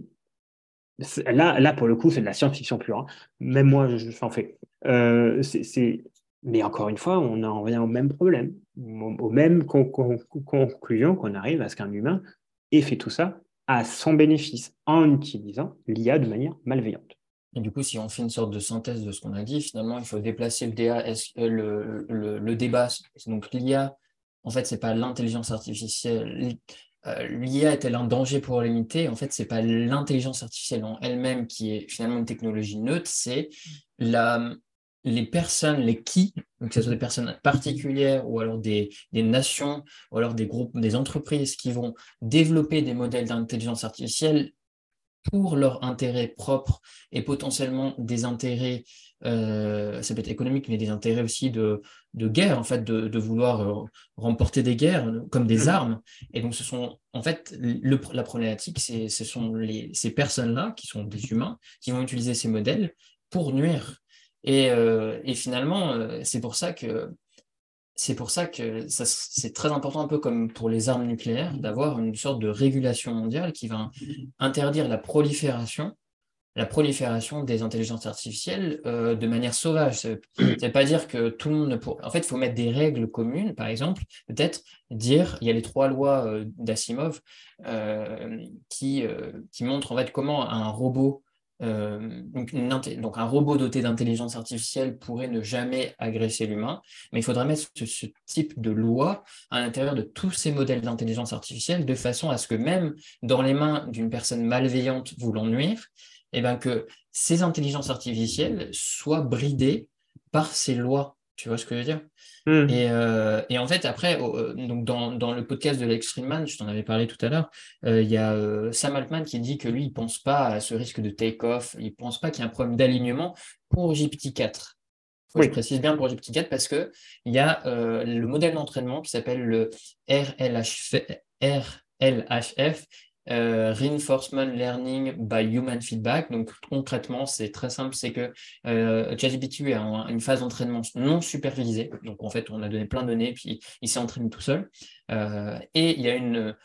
là, pour le coup, c'est de la science-fiction pure, hein. Même moi, j'en fais. Mais encore une fois, on en revient au même problème, aux mêmes conclusions qu'on arrive à ce qu'un humain ait fait tout ça à son bénéfice en utilisant l'IA de manière malveillante. Et du coup, si on fait une sorte de synthèse de ce qu'on a dit, finalement, il faut déplacer le débat. Donc, l'IA, en fait, c'est pas l'intelligence artificielle. L'IA est-elle un danger pour l'humanité? En fait, c'est pas l'intelligence artificielle en elle-même qui est finalement une technologie neutre, c'est la, les personnes, donc que ce soit des personnes particulières ou alors des nations ou alors des groupes, des entreprises qui vont développer des modèles d'intelligence artificielle pour leur intérêt propre et potentiellement des intérêts, ça peut être économique, mais des intérêts aussi de guerre, en fait, de vouloir remporter des guerres comme des armes. Et donc, ce sont, en fait, la problématique, ce sont ces personnes-là, qui sont des humains, qui vont utiliser ces modèles pour nuire. Et finalement, c'est pour ça que c'est très important, un peu comme pour les armes nucléaires, d'avoir une sorte de régulation mondiale qui va interdire la prolifération des intelligences artificielles de manière sauvage. Ça veut pas dire que tout le monde ne pourra. En fait, il faut mettre des règles communes, par exemple, peut-être dire, il y a les 3 lois d'Asimov qui montrent en fait comment un robot donc un robot doté d'intelligence artificielle pourrait ne jamais agresser l'humain, mais il faudrait mettre ce type de loi à l'intérieur de tous ces modèles d'intelligence artificielle de façon à ce que même dans les mains d'une personne malveillante voulant nuire, eh ben que ces intelligences artificielles soient bridées par ces lois. Tu vois ce que je veux dire? Hmm. Et en fait, après, donc dans le podcast de l'Extreme Man, je t'en avais parlé tout à l'heure, il y a Sam Altman qui dit que lui, il ne pense pas à ce risque de take-off, il ne pense pas qu'il y ait un problème d'alignement pour GPT-4. Faut que je Oui. précise bien pour GPT-4 parce qu'il y a le modèle d'entraînement qui s'appelle le RLHF, Reinforcement Learning by Human Feedback. Donc concrètement, c'est très simple, c'est que ChatGPT a une phase d'entraînement non supervisée. Donc en fait, on a donné plein de données, puis il s'est entraîné tout seul. Et il y a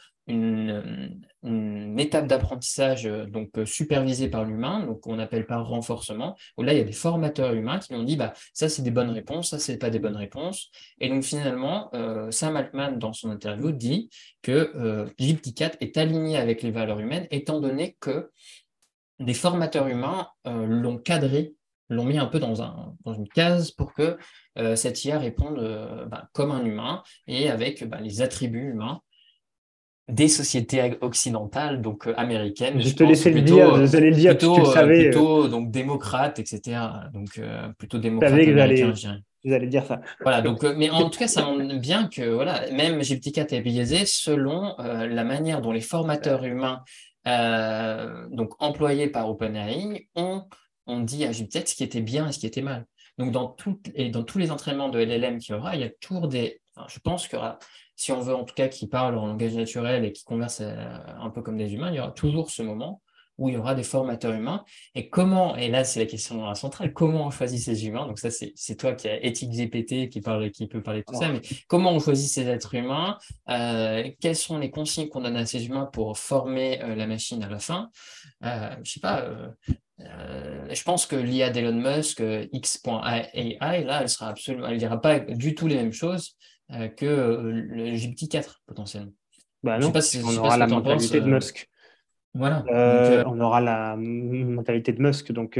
une étape d'apprentissage donc supervisée par l'humain, donc on appelle par renforcement, où là il y a des formateurs humains qui lui ont dit bah ça c'est des bonnes réponses, ça c'est pas des bonnes réponses. Et donc finalement, Sam Altman dans son interview dit que GPT-4 est aligné avec les valeurs humaines, étant donné que des formateurs humains l'ont cadré, l'ont mis un peu dans une case pour que cette IA réponde comme un humain et avec les attributs humains des sociétés occidentales, donc américaines, Je je te pense, laissais le dire, plutôt, vous allez le dire, tu le savais, plutôt donc démocrates, etc. Donc plutôt tu savais démocrates que américains, je dirais. vous allez dire ça. Voilà, donc, mais en tout cas, ça montre bien que voilà, même GPT-4 est biaisé selon la manière dont les formateurs humains donc employés par OpenAI ont dit à GPT-4 ce qui était bien et ce qui était mal. Donc dans tous les entraînements de LLM qu'il y aura, il y a toujours enfin, je pense que si on veut en tout cas qu'ils parlent en langage naturel et qu'ils conversent un peu comme des humains, il y aura toujours ce moment où il y aura des formateurs humains. Et là c'est la question centrale, comment on choisit ces humains? Donc ça, c'est toi qui as éthique GPT qui peut parler de tout ça, Alors, mais comment on choisit ces êtres humains? Quelles sont les consignes qu'on donne à ces humains pour former la machine à la fin? Je sais pas, je pense que l'IA d'Elon Musk, X.AI, là, elle dira pas du tout les mêmes choses que le GPT-4 potentiellement. bah Je sais non, pas, puisqu'on je sais pas aura ce que la tu en penses. mentalité de Musk. Voilà. Donc, On aura la mentalité de Musk. Donc,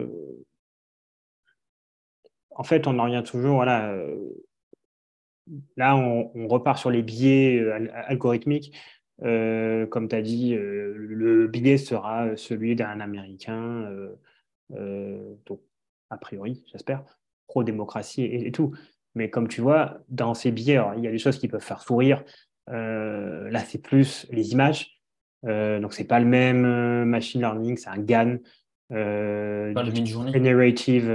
en fait, on en revient toujours. Voilà, là, on repart sur les biais algorithmiques. Comme tu as dit, le biais sera celui d'un Américain, donc, a priori, j'espère, pro-démocratie et tout. Mais comme tu vois, dans ces biais, alors, il y a des choses qui peuvent faire sourire. Là, c'est plus les images. Donc, c'est pas le même machine learning, c'est un GAN, pas le mid-journée. Generative,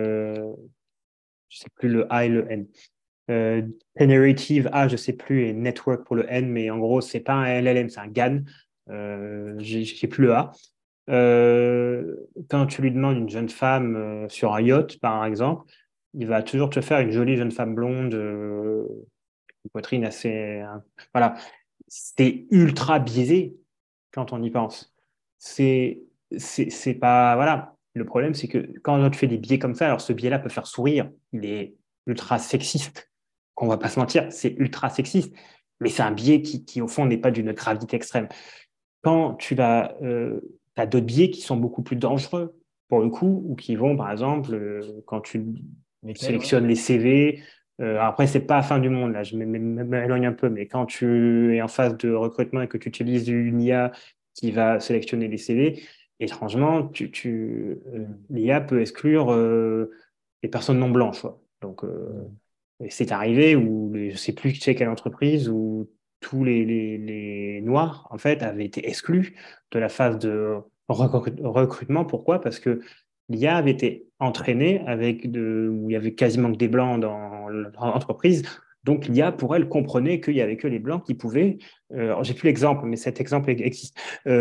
je sais plus le A et le N. Euh, Generative A, je sais plus, et Network pour le N, mais en gros, c'est pas un LLM, c'est un GAN. J'ai plus le A. Euh, Quand tu lui demandes une jeune femme sur un yacht, par exemple, il va toujours te faire une jolie jeune femme blonde, une poitrine assez. Voilà. C'est ultra biaisé quand on y pense. C'est, c'est pas. Voilà. Le problème, c'est que quand tu fais des biais comme ça, alors ce biais-là peut faire sourire. Il est ultra sexiste, qu'on va pas se mentir. C'est ultra sexiste. Mais c'est un biais qui, au fond, n'est pas d'une gravité extrême. Quand tu vas, as d'autres biais qui sont beaucoup plus dangereux pour le coup, ou qui vont, par exemple, quand tu Lesquels, ouais. sélectionnes les CV, après, c'est pas la fin du monde, là, je m'éloigne un peu, mais quand tu es en phase de recrutement et que tu utilises une IA qui va sélectionner les CV, étrangement, Mm. l'IA peut exclure les personnes non blanches, quoi. Donc, Mm. et c'est arrivé où je ne sais plus chez quelle entreprise où tous les Noirs en fait avaient été exclus de la phase de recrutement. Pourquoi? Parce que l'IA avait été entraînée où il y avait quasiment que des blancs dans l'entreprise. Donc l'IA pour elle comprenait qu'il y avait que les blancs qui pouvaient. Alors, j'ai plus l'exemple, mais cet exemple existe.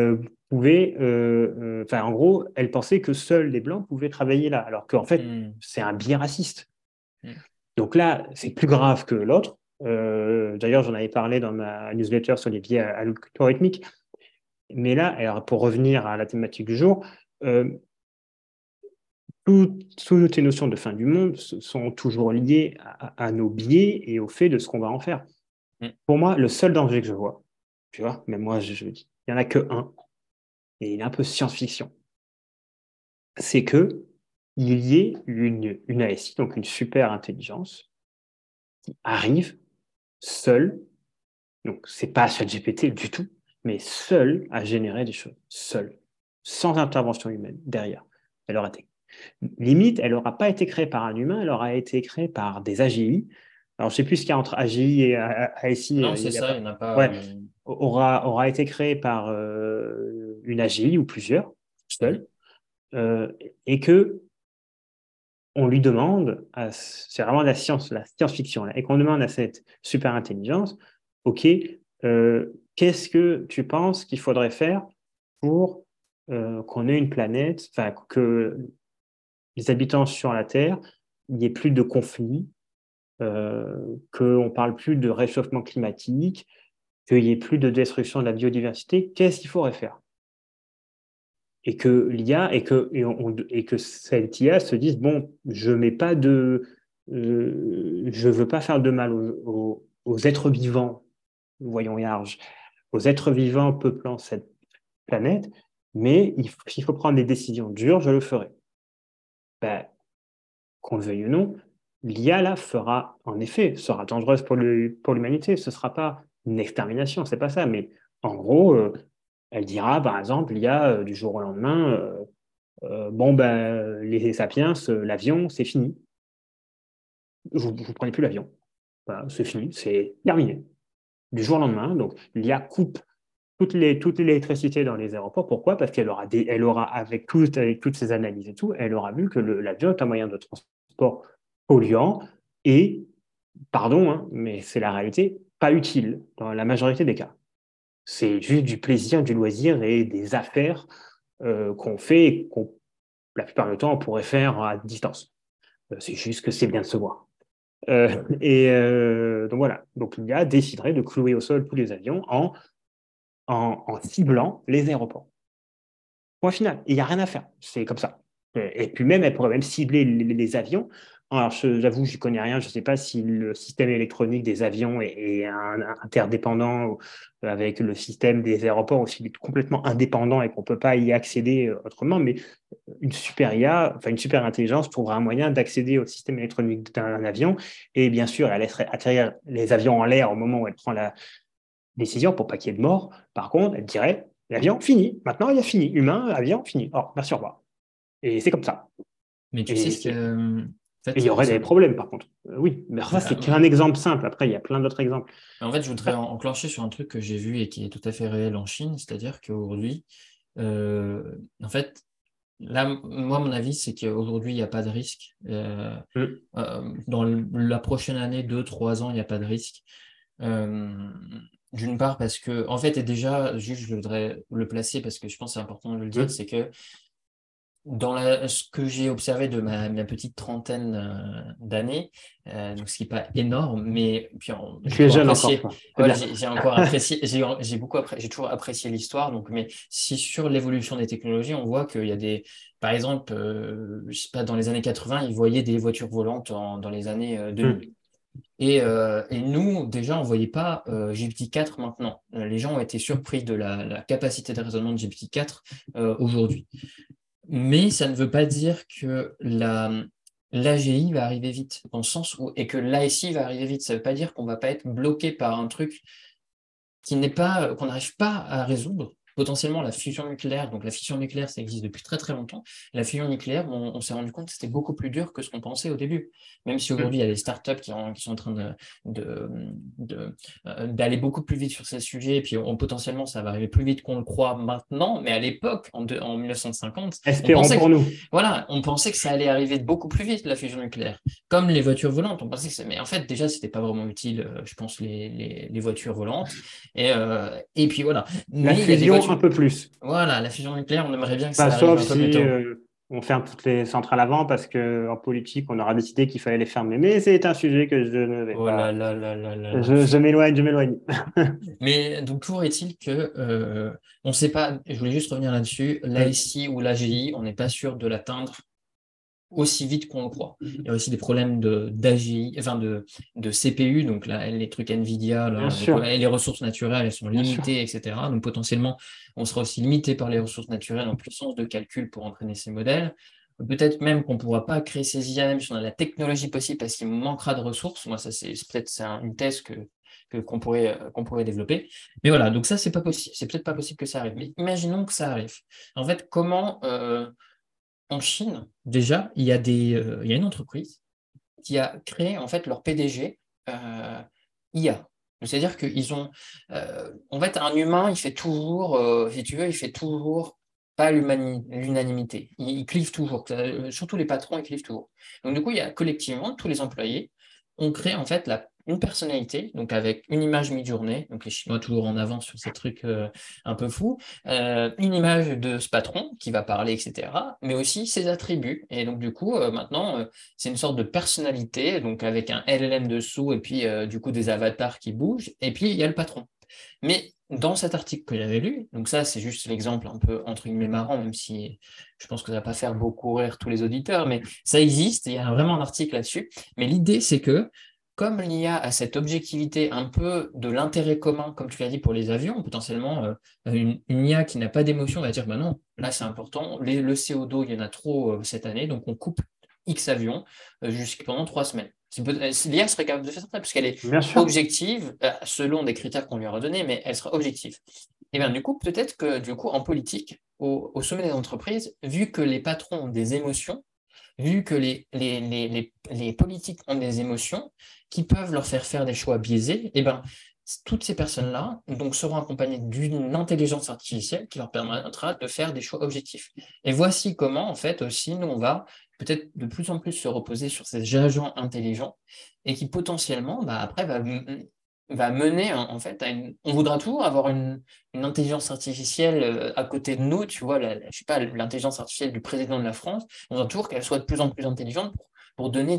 Enfin en gros, elle pensait que seuls les blancs pouvaient travailler là, alors qu'en fait Mm. c'est un biais raciste. Mm. Donc là, c'est plus grave que l'autre. D'ailleurs, j'en avais parlé dans ma newsletter sur les biais algorithmiques. Mais là, alors pour revenir à la thématique du jour, euh, toutes ces notions de fin du monde sont toujours liées à nos biais et au fait de ce qu'on va en faire. Mm. Pour moi, le seul danger que je vois, tu vois, même moi, je dis, il n'y en a que un, et il est un peu science-fiction, c'est que il y ait une ASI, donc une super intelligence, qui arrive seule. Donc, c'est pas ChatGPT du tout, mais seul à générer des choses, seul, sans intervention humaine derrière. Elle aura été, limite, elle n'aura pas été créée par un humain, elle aura été créée par des AGI. Alors, je sais plus ce qu'il y a entre AGI et ASI, Non, il c'est y a ça, il pas. n'y en a pas. Ouais, aura été créée par une AGI ou plusieurs, Mhm. seul, euh, et que on lui demande, c'est vraiment la science-fiction, là, et qu'on demande à cette super intelligence, OK, qu'est-ce que tu penses qu'il faudrait faire pour qu'on ait une planète, enfin, que les habitants sur la Terre, il n'y ait plus de conflits, qu'on ne parle plus de réchauffement climatique, qu'il n'y ait plus de destruction de la biodiversité, qu'est-ce qu'il faudrait faire? Et que l'IA et que cette IA se dise bon, je veux pas faire de mal aux êtres vivants, voyons large, aux êtres vivants peuplant cette planète, mais s'il faut prendre des décisions dures, je le ferai. Ben, qu'on le veuille ou non, l'IA là fera, en effet, sera dangereuse pour l'humanité. Ce ne sera pas une extermination, c'est pas ça, mais en gros, elle dira, par exemple, l'IA du jour au lendemain, bon, ben, les sapiens, l'avion, c'est fini. Vous ne prenez plus l'avion. Voilà, c'est fini, c'est terminé. Du jour au lendemain, donc l'IA coupe toute l'électricité dans les aéroports. Pourquoi? Parce elle aura avec toutes ces analyses et tout, elle aura vu que l'avion est un moyen de transport polluant et, pardon, hein, mais c'est la réalité, pas utile dans la majorité des cas. C'est juste du plaisir, du loisir et des affaires qu'on fait et qu'on, la plupart du temps, on pourrait faire à distance. C'est juste que c'est bien de se voir. Donc voilà, donc l'IA déciderait de clouer au sol tous les avions en ciblant les aéroports. Point final. Il n'y a rien à faire. C'est comme ça. Et puis même, elle pourrait même cibler les avions. Alors, j'avoue, je ne connais rien. Je ne sais pas si le système électronique des avions est interdépendant avec le système des aéroports ou s'il est complètement indépendant et qu'on ne peut pas y accéder autrement. Mais une super IA, enfin une super intelligence trouvera un moyen d'accéder au système électronique d'un avion. Et bien sûr, elle laisserait atterrir les avions en l'air au moment où elle prend la décision pour pas qu'il y ait de mort. Par contre, elle dirait l'avion, fini. Maintenant, il y a fini. Humain, avion, fini. Oh, merci, au revoir. Et c'est comme ça. Mais tu sais Et ce que, en il y fait, aurait des problèmes, par contre. Oui, mais ça, bah, c'est qu'un exemple simple. Après, il y a plein d'autres exemples. en fait, je voudrais enclencher sur un truc que j'ai vu et qui est tout à fait réel en Chine, c'est-à-dire qu'aujourd'hui, en fait, là, moi, mon avis, c'est qu'aujourd'hui, il n'y a pas de risque. Dans la prochaine année, 2, 3 ans, il n'y a pas de risque. Euh, D'une part, parce que, en fait, et déjà, juste, je voudrais le placer parce que je pense que c'est important de le dire, Mm. c'est que ce que j'ai observé de ma petite trentaine d'années, donc ce qui n'est pas énorme, mais puis j'ai Tu es toujours jeune encore, apprécié, toi. C'est voilà, bien. j'ai encore apprécié, j'ai beaucoup j'ai toujours apprécié l'histoire, donc, mais si sur l'évolution des technologies, on voit qu'il y a des, par exemple, je sais pas, dans les années 80, ils voyaient des voitures volantes dans les années 2000. Mm. Et nous, déjà, on ne voyait pas GPT-4 maintenant. Les gens ont été surpris de la capacité de raisonnement de GPT-4 aujourd'hui. Mais ça ne veut pas dire que l'AGI va arriver vite, dans le sens où, et que l'ASI va arriver vite. Ça ne veut pas dire qu'on ne va pas être bloqué par un truc qui n'est pas, qu'on n'arrive pas à résoudre. Potentiellement la fusion nucléaire, donc la fusion nucléaire, ça existe depuis très très longtemps. La fusion nucléaire, on s'est rendu compte que c'était beaucoup plus dur que ce qu'on pensait au début. Même si aujourd'hui, il y a des startups qui sont en train de, d'aller beaucoup plus vite sur ces sujets, et puis potentiellement, ça va arriver plus vite qu'on le croit maintenant, mais à l'époque, en 1950, Espérons pour nous. voilà, on pensait que ça allait arriver beaucoup plus vite, la fusion nucléaire. Comme les voitures volantes, on pensait mais en fait, déjà, c'était pas vraiment utile, je pense, les voitures volantes. Et puis voilà. La Mais il y a des fusion, un voitures. peu plus. Voilà, la fusion nucléaire, on aimerait bien que Bah, ça arrive sauf un peu plus si tôt. on ferme toutes les centrales avant parce qu'en politique, on aura décidé qu'il fallait les fermer. Mais c'est un sujet que je ne vais Oh là pas. là là là là là. Je m'éloigne, je m'éloigne. Mais donc, toujours est-il que on ne sait pas, je voulais juste revenir là-dessus, Mm. l'ASI ou l'AGI, on n'est pas sûr de l'atteindre aussi vite qu'on le croit. Il y a aussi des problèmes d'AGI, enfin de CPU, donc là, les trucs NVIDIA, Bien là, donc, sûr, les ressources naturelles, elles sont bien sûr. limitées, etc. Donc potentiellement, on sera aussi limité par les ressources naturelles en puissance de calcul pour entraîner ces modèles. Peut-être même qu'on ne pourra pas créer ces IA même si on a la technologie possible parce qu'il manquera de ressources. Moi, ça, c'est une thèse qu'on pourrait développer. Mais voilà, donc ça, c'est pas possible. C'est peut-être pas possible que ça arrive. Mais imaginons que ça arrive. En fait, comment en Chine, déjà, il y a une entreprise qui a créé en fait leur PDG IA. C'est-à-dire qu'ils ont, en fait, un humain, il fait toujours, si tu veux, il fait toujours pas l'unanimité. Il clive toujours. Surtout les patrons, ils clivent toujours. Donc du coup, il y a collectivement tous les employés ont créé en fait une personnalité, donc avec une image mi-journée, donc les Chinois toujours en avance sur ces trucs un peu fous, une image de ce patron qui va parler, etc., mais aussi ses attributs. Et donc du coup, maintenant, c'est une sorte de personnalité, donc avec un LLM dessous et puis du coup des avatars qui bougent, et puis il y a le patron. Mais dans cet article que j'avais lu, donc ça c'est juste l'exemple un peu entre guillemets marrant, même si je pense que ça va pas faire beaucoup rire tous les auditeurs, mais ça existe, il y a vraiment un article là-dessus. Mais l'idée c'est que comme l'IA a cette objectivité un peu de l'intérêt commun, comme tu l'as dit pour les avions, potentiellement une IA qui n'a pas d'émotion va dire bah non, là c'est important, le CO2 il y en a trop cette année, donc on coupe X avions pendant 3 semaines. L'IA serait capable de faire ça parce qu'elle est Bien sûr. objective selon des critères qu'on lui aura donnés, mais elle sera objective. Et bien du coup, peut-être que du coup, en politique, au sommet des entreprises, vu que les patrons ont des émotions, vu que les politiques ont des émotions qui peuvent leur faire faire des choix biaisés, et ben toutes ces personnes-là donc, seront accompagnées d'une intelligence artificielle qui leur permettra de faire des choix objectifs. Et voici comment, en fait, aussi, nous, on va peut-être de plus en plus se reposer sur ces agents intelligents et qui potentiellement, bah, après, va mener en fait à une. On voudra toujours avoir une intelligence artificielle à côté de nous, tu vois, je sais pas, l'intelligence artificielle du président de la France, on veut toujours qu'elle soit de plus en plus intelligente pour donner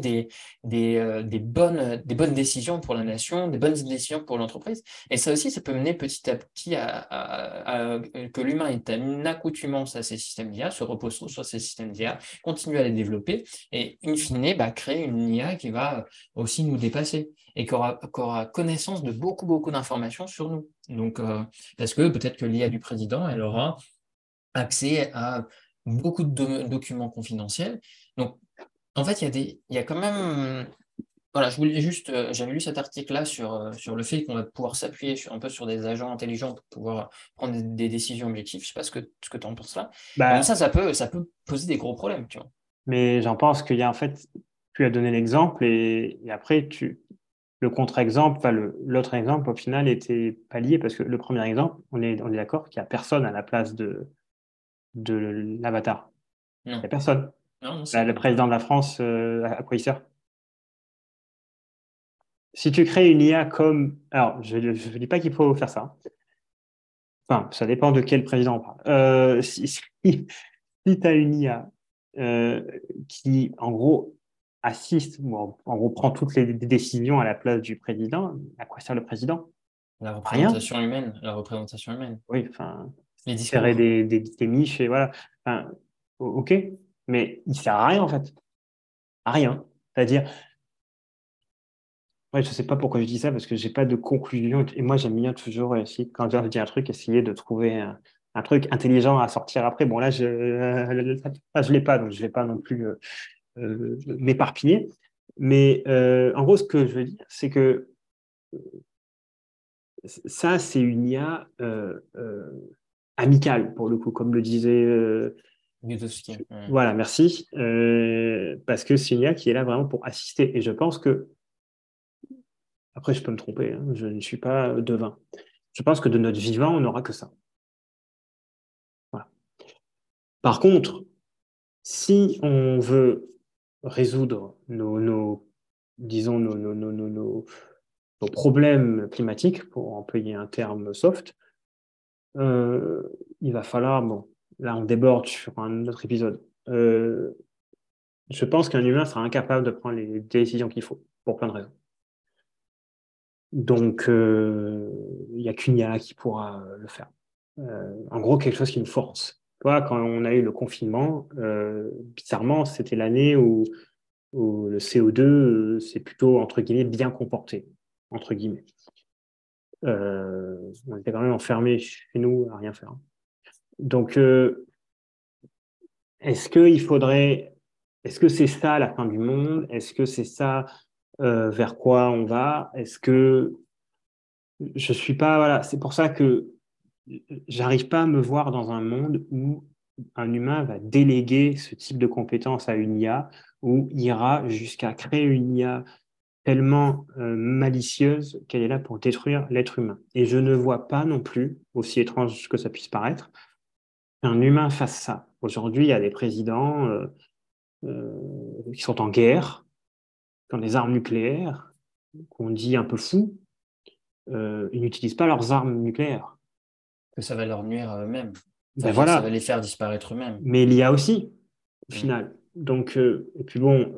des bonnes décisions pour la nation, des bonnes décisions pour l'entreprise. Et ça aussi, ça peut mener petit à petit que l'humain ait une accoutumance à ces systèmes d'IA, se repose sur ces systèmes d'IA, continue à les développer et, in fine, bah, créer une IA qui va aussi nous dépasser et qui aura connaissance de beaucoup, beaucoup d'informations sur nous. Donc, parce que peut-être que l'IA du président, elle aura accès à beaucoup de documents confidentiels. Donc, en fait, il y a quand même. Voilà, je voulais juste. J'avais lu cet article-là sur le fait qu'on va pouvoir s'appuyer un peu sur des agents intelligents pour pouvoir prendre des décisions objectives. Je ne sais pas ce que tu en penses là. Mais bon, Bah, ça peut poser des gros problèmes, tu vois. mais j'en pense qu'il y a en fait, tu as donné l'exemple et après, le contre-exemple, enfin, l'autre exemple, au final, était pas lié parce que le premier exemple, on est d'accord qu'il n'y a personne à la place de l'avatar. Il n'y a Non, personne. non, non, Le président de la France, à quoi il sert? Si tu crées une IA comme... Alors, je ne dis pas qu'il faut faire ça. Enfin, ça dépend de quel président on parle. Si tu as une IA euh, qui, en gros, assiste, ou en gros, prend toutes les décisions à la place du président, à quoi sert le président? Rien. La représentation humaine, Oui, enfin, les serrer discours. des miches et voilà. Enfin, ok, mais il sert à rien, en fait. À rien. C'est-à-dire, ouais, je sais pas pourquoi je dis ça, parce que j'ai pas de conclusion. Et moi, j'aime bien toujours essayer, quand je dis un truc, essayer de trouver un truc intelligent à sortir après. Bon, là, je l'ai pas, donc je vais pas non plus m'éparpiller. Mais en gros, ce que je veux dire, c'est que ça, c'est une IA amicale, pour le coup, comme le disait. Butowski. Voilà, merci. Parce que c'est une IA qui est là vraiment pour assister. Et je pense que, après, je peux me tromper, hein, je ne suis pas devin. Je pense que de notre vivant, on n'aura que ça. Voilà. Par contre, si on veut résoudre disons, nos problèmes climatiques, pour employer un terme soft, euh, il va falloir, bon, là on déborde sur un autre épisode. Je pense qu'un humain sera incapable de prendre les décisions qu'il faut, pour plein de raisons. Donc, il n'y a qu'une IA qui pourra le faire. En gros, quelque chose qui nous force. Tu vois, quand on a eu le confinement, bizarrement, c'était l'année où le CO2 s'est plutôt, entre guillemets, bien comporté, entre guillemets. On était quand même enfermés chez nous à rien faire. Donc, est-ce que c'est ça la fin du monde? Est-ce que c'est ça vers quoi on va? Est-ce que je suis pas, voilà, c'est pour ça que j'arrive pas à me voir dans un monde où un humain va déléguer ce type de compétences à une IA, ou ira jusqu'à créer une IA tellement malicieuse qu'elle est là pour détruire l'être humain. Et je ne vois pas non plus, aussi étrange que ça puisse paraître, qu'un humain fasse ça. Aujourd'hui, il y a des présidents qui sont en guerre, qui ont des armes nucléaires, qu'on dit un peu fous, ils n'utilisent pas leurs armes nucléaires. Que ça va leur nuire à eux-mêmes. Enfin, Ben je veux dire, ça va voilà, les faire disparaître eux-mêmes. mais il y a aussi, au Mm. final. Donc, et puis bon,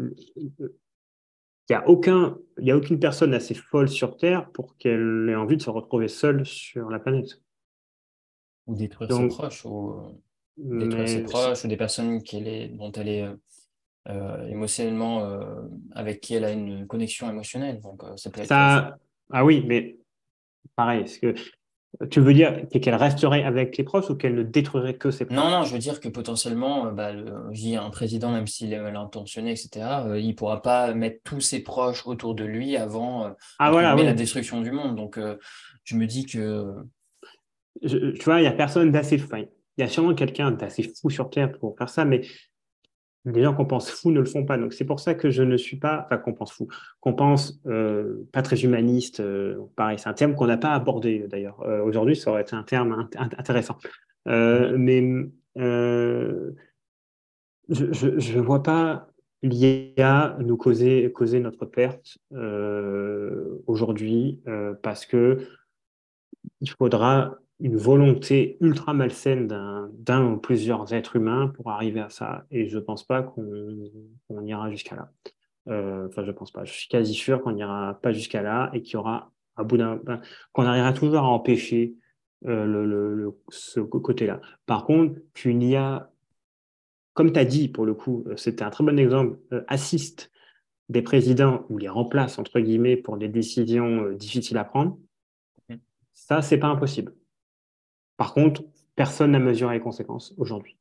il y a aucune personne assez folle sur Terre pour qu'elle ait envie de se retrouver seule sur la planète. Ou détruire ses Donc, proches, ou détruire ses mais proches, ou des personnes dont elle est émotionnellement, avec qui elle a une connexion émotionnelle. Donc, ça peut être ça. ça, ah oui, mais pareil, est-ce que tu veux dire qu'elle resterait avec les proches ou qu'elle ne détruirait que ses Non, proches? non, je veux dire que potentiellement, je dis un président, même s'il est mal intentionné, etc., il pourra pas mettre tous ses proches autour de lui avant, Ah entre voilà, guillemets, la oui. destruction du monde. Donc, je me dis que Tu vois, il n'y a personne d'assez fou. Enfin, il y a sûrement quelqu'un d'assez fou sur Terre pour faire ça, mais les gens qu'on pense fous ne le font pas. Donc c'est pour ça que je ne suis pas, enfin qu'on pense fou, qu'on pense pas très humaniste. Pareil, c'est un terme qu'on n'a pas abordé d'ailleurs. Aujourd'hui, ça aurait été un terme intéressant. Mhm. Mais euh, je ne vois pas l'IA nous causer notre perte aujourd'hui parce que il faudra une volonté ultra malsaine d'un ou plusieurs êtres humains pour arriver à ça. Et je ne pense pas qu'on ira jusqu'à là. Enfin, je pense pas. Je suis quasi sûr qu'on n'ira pas jusqu'à là et qu'il y aura, à bout qu'on arrivera toujours à empêcher ce côté-là. Par contre, qu'une IA, comme tu as dit, pour le coup, c'était un très bon exemple, assiste des présidents ou les remplace, entre guillemets, pour des décisions difficiles à prendre, ça, c'est pas impossible. Par contre, personne n'a mesuré les conséquences aujourd'hui.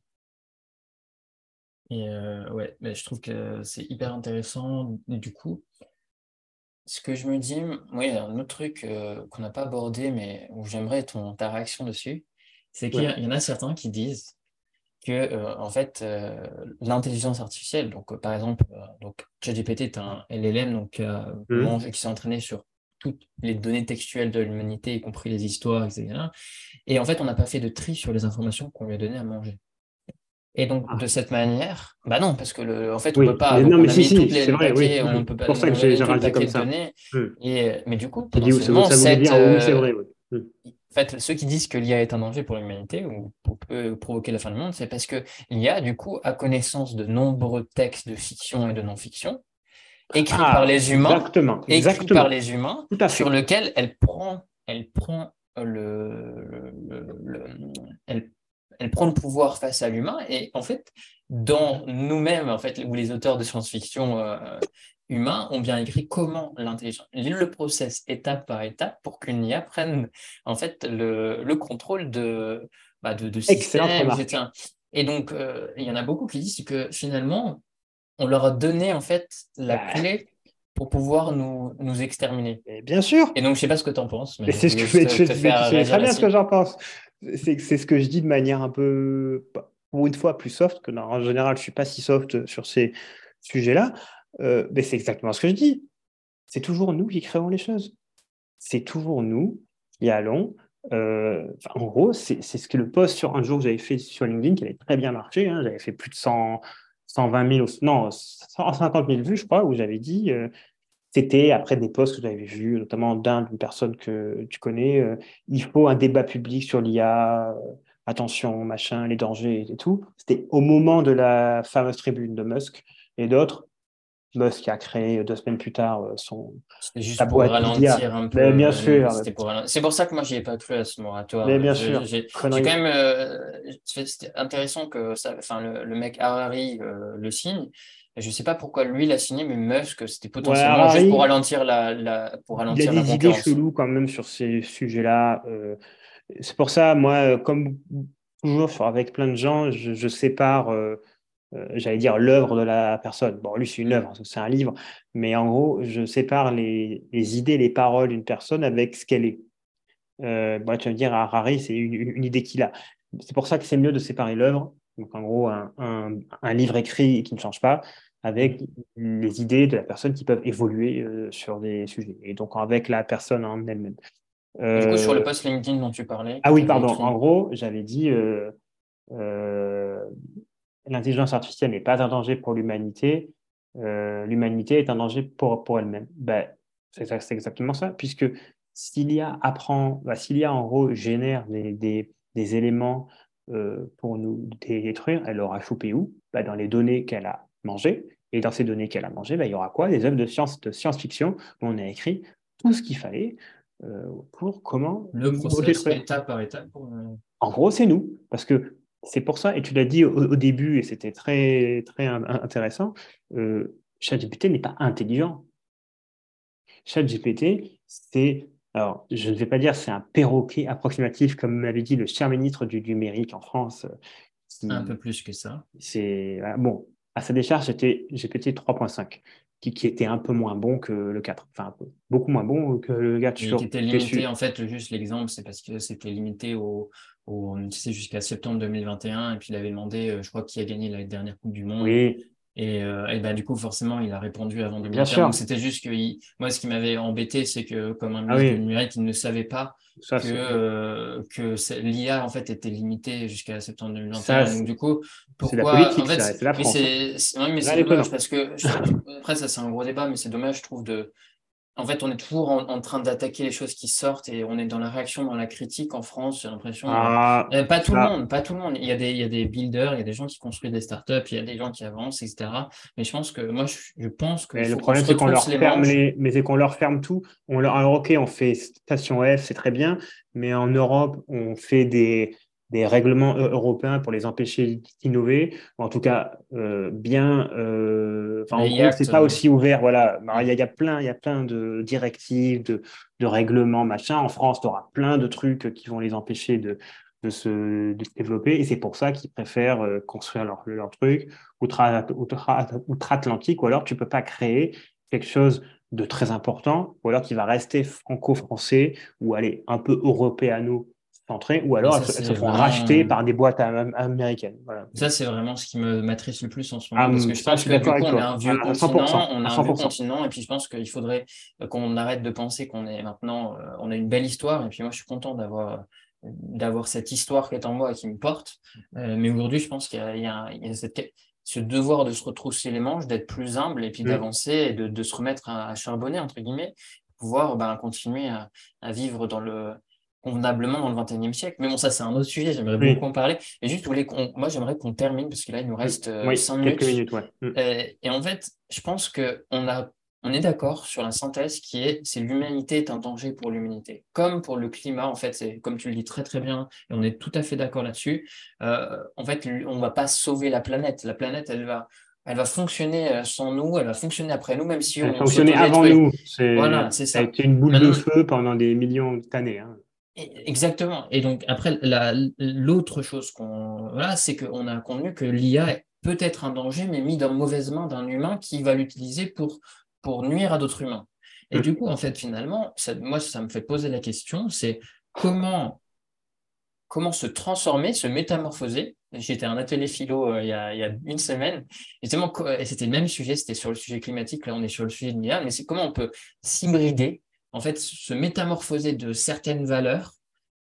Et ouais, mais je trouve que c'est hyper intéressant. Du coup, ce que je me dis, oui, un autre truc qu'on n'a pas abordé, mais où j'aimerais ta réaction dessus, c'est qu'il Ouais. y en a certains qui disent que en fait l'intelligence artificielle, donc par exemple, donc ChatGPT est un LLM donc Mhm. qui s'est entraîné sur toutes les données textuelles de l'humanité, y compris les histoires, etc. Et en fait, on n'a pas fait de tri sur les informations qu'on lui a données à manger. Et donc, de Ah, cette manière, bah non, parce que en fait, on peut oui, pas. mais Donc, non, on mais a si, mis si, c'est le vrai, oui. paquet, on peut C'est pas, pour ça que on a j'ai mis tout le généralisé comme paquet de ça. données. Hmm. Mais du coup, J'ai dit, donc potentiellement, ça voulait dire, oui, c'est vrai, oui. Hmm. en fait, ceux qui disent que l'IA est un danger pour l'humanité ou peut provoquer la fin du monde, c'est parce que l'IA, du coup, a connaissance de nombreux textes de fiction et de non-fiction écrits par Ah, les humains, exactement, écrits par exactement. les humains, Tout à sur fait. lequel elle prend elle, elle prend le pouvoir face à l'humain. Et en fait, dans nous-mêmes, en fait, où les auteurs de science-fiction humains ont bien écrit comment l'intelligence, le process étape par étape pour qu'une IA prenne en fait le contrôle de Excellente systèmes, remarque. etc. Et donc, il y en a beaucoup qui disent que finalement, on leur a donné en fait la Bah, clé pour pouvoir nous exterminer. mais bien sûr. Et donc, je sais pas ce que tu en penses, Mais mais je c'est ce voulais que juste mais tu faire sais réagir très bien ce que là-dessus. j'en pense. C'est ce que je dis de manière un peu, pour une fois, plus soft, que en général, je suis pas si soft sur ces sujets-là. Mais c'est exactement ce que je dis. C'est toujours nous qui créons les choses. C'est toujours nous qui allons. En gros, c'est ce que le post sur un jour que j'avais fait sur LinkedIn qui avait très bien marché. Hein, j'avais fait plus de 120 000, non, 150 000 vues, je crois, où j'avais dit, c'était après des posts que j'avais vus, notamment d'une personne que tu connais, il faut un débat public sur l'IA, attention, machin, les dangers et tout. C'était au moment de la fameuse tribune de Musk et d'autres. Musk a créé 2 semaines plus tard C'était sa juste pour boîte d'IA. ralentir un peu. Mais bien sûr, C'était pour C'est pour ça que moi, j'y ai pas cru à ce mais moratoire. bien sûr, J'ai quand connerie. même. C'était intéressant que ça, enfin, le mec Harari le signe. Et je sais pas pourquoi lui l'a signé, mais Musk, c'était Ouais, potentiellement juste pour Harari, ralentir pour il a ralentir la des idées concurrence. cheloues quand même sur ces sujets-là. C'est pour ça, moi, comme toujours avec plein de gens, je sépare, j'allais dire, l'œuvre de la personne. Bon, lui, c'est une œuvre, c'est un livre, mais en gros, je sépare les idées, les paroles d'une personne avec ce qu'elle est. Bon, tu vas me dire, Harari, c'est une idée qu'il a. C'est pour ça que c'est mieux de séparer l'œuvre, donc en gros, un livre écrit qui ne change pas, avec les idées de la personne qui peuvent évoluer sur des sujets, et donc avec la personne en elle-même. Et du coup, sur le Euh, post LinkedIn dont tu parlais, ah que tu oui, avais pardon. En écrit, gros, j'avais dit euh, l'intelligence artificielle n'est pas un danger pour l'humanité. L'humanité est un danger pour elle-même. Ben, c'est exactement ça, puisque s'il y a apprend, ben, s'il y a en gros génère des éléments pour nous détruire, elle aura chopé où? Ben, dans les données qu'elle a mangées. Et dans ces données qu'elle a mangées, ben, il y aura quoi? Des œuvres de science-fiction où on a écrit tout ce qu'il fallait pour comment le nous process détruire. étape par étape. En gros, c'est nous, parce que c'est pour ça, et tu l'as dit au début, et c'était très, très intéressant, ChatGPT n'est pas intelligent. ChatGPT, c'est, alors je ne vais pas dire c'est un perroquet approximatif, comme m'avait dit le cher ministre du numérique en France, Un peu qui, plus que ça. bon, à sa décharge, c'était GPT 3.5, qui était un peu moins bon que le 4, enfin beaucoup moins bon que le 4 Et qui sur était limité, dessus. en fait, juste l'exemple, c'est parce que c'était limité tu sais, jusqu'à septembre 2021, et puis il avait demandé, je crois, qui a gagné la dernière Coupe du Monde. Oui, Et ben, du coup, forcément, il a répondu avant bien 2021. Donc, sûr. c'était juste que moi, ce qui m'avait embêté, c'est que, comme un Ah ministre du oui, numérique, il ne savait pas ça c'est l'IA, en fait, était limitée jusqu'à septembre 2021. ça, Et donc, du coup, c'est la pourquoi, en politique, fait, ça, c'est la mais France, hein. oui, mais c'est Rien dommage d'étonnant. parce que, après, ça, c'est un gros débat, mais c'est dommage, je trouve, en fait, on est toujours en train d'attaquer les choses qui sortent et on est dans la réaction, dans la critique en France, j'ai l'impression. Ah, Pas tout le ça, monde, pas tout le monde. Il y a des builders, il y a des gens qui construisent des startups, il y a des gens qui avancent, etc. Mais je pense que moi, je pense qu'il mais le faut qu'on problème, se c'est qu'on retrousse leur les ferme manches. mais c'est qu'on leur ferme tout. Alors, ok, on fait station F, c'est très bien, mais en Europe, on fait des règlements européens pour les empêcher d'innover, ou en tout cas, enfin, en Les gros, c'est Act, pas aussi ouvert. Voilà. Alors, hmm. il y a plein de directives, de règlements, machin. En France, tu auras plein de trucs qui vont les empêcher de se développer, et c'est pour ça qu'ils préfèrent construire leur truc outre-Atlantique, ou alors tu ne peux pas créer quelque chose de très important, ou alors qui va rester franco-français, ou aller un peu européano-centré, ou Et alors ça, elles se c'est font racheter vraiment. par des boîtes américaines. Voilà. Ça, c'est vraiment ce qui me m'attriste le plus en ce Ah, moment, parce que je ça, je pense suis que du d'accord coup, avec on est toi, un vieux à continent, 100%, on est à un vieux 100%. continent, et puis je pense qu'il faudrait qu'on arrête de penser qu'on est maintenant, on a une belle histoire, et puis moi, je suis content d'avoir d'avoir cette histoire qui est en moi et qui me porte. Mais aujourd'hui, je pense qu'il y a ce devoir de se retrousser les manches, d'être plus humble et puis Mm. d'avancer et de se remettre à charbonner, entre guillemets, pour pouvoir continuer à vivre convenablement dans le 21e siècle. Mais bon, ça, c'est un autre sujet, j'aimerais beaucoup en Oui. parler. Et juste, moi, j'aimerais qu'on termine, parce que là, il nous Mm. reste Oui, 5 quelques minutes. minutes, ouais. Mm. Et en fait, je pense on est d'accord sur la synthèse c'est l'humanité est un danger pour l'humanité. Comme pour le climat, en fait, c'est comme tu le dis très très bien, et on est tout à fait d'accord là-dessus. En fait, on ne va pas sauver la planète. La planète, elle va fonctionner sans nous, elle va fonctionner après nous, même si Elle on fonctionnait avant s'autodétruit. nous. Voilà, c'est Ça a ça. été une boule de Maintenant, feu pendant des millions d'années. Hein. exactement. Et donc, après, l'autre chose voilà, c'est qu'on a convenu que l'IA peut être un danger, mais mis dans mauvaise main d'un humain qui va l'utiliser pour nuire à d'autres humains. Et du Mm. coup, en fait, finalement, moi, ça me fait poser la question, c'est comment, comment se transformer, se métamorphoser. J'étais à un atelier philo il y a une semaine, justement, et c'était le même sujet, c'était sur le sujet climatique, là on est sur le sujet de l'IA, mais c'est comment on peut s'hybrider, en fait, se métamorphoser de certaines valeurs,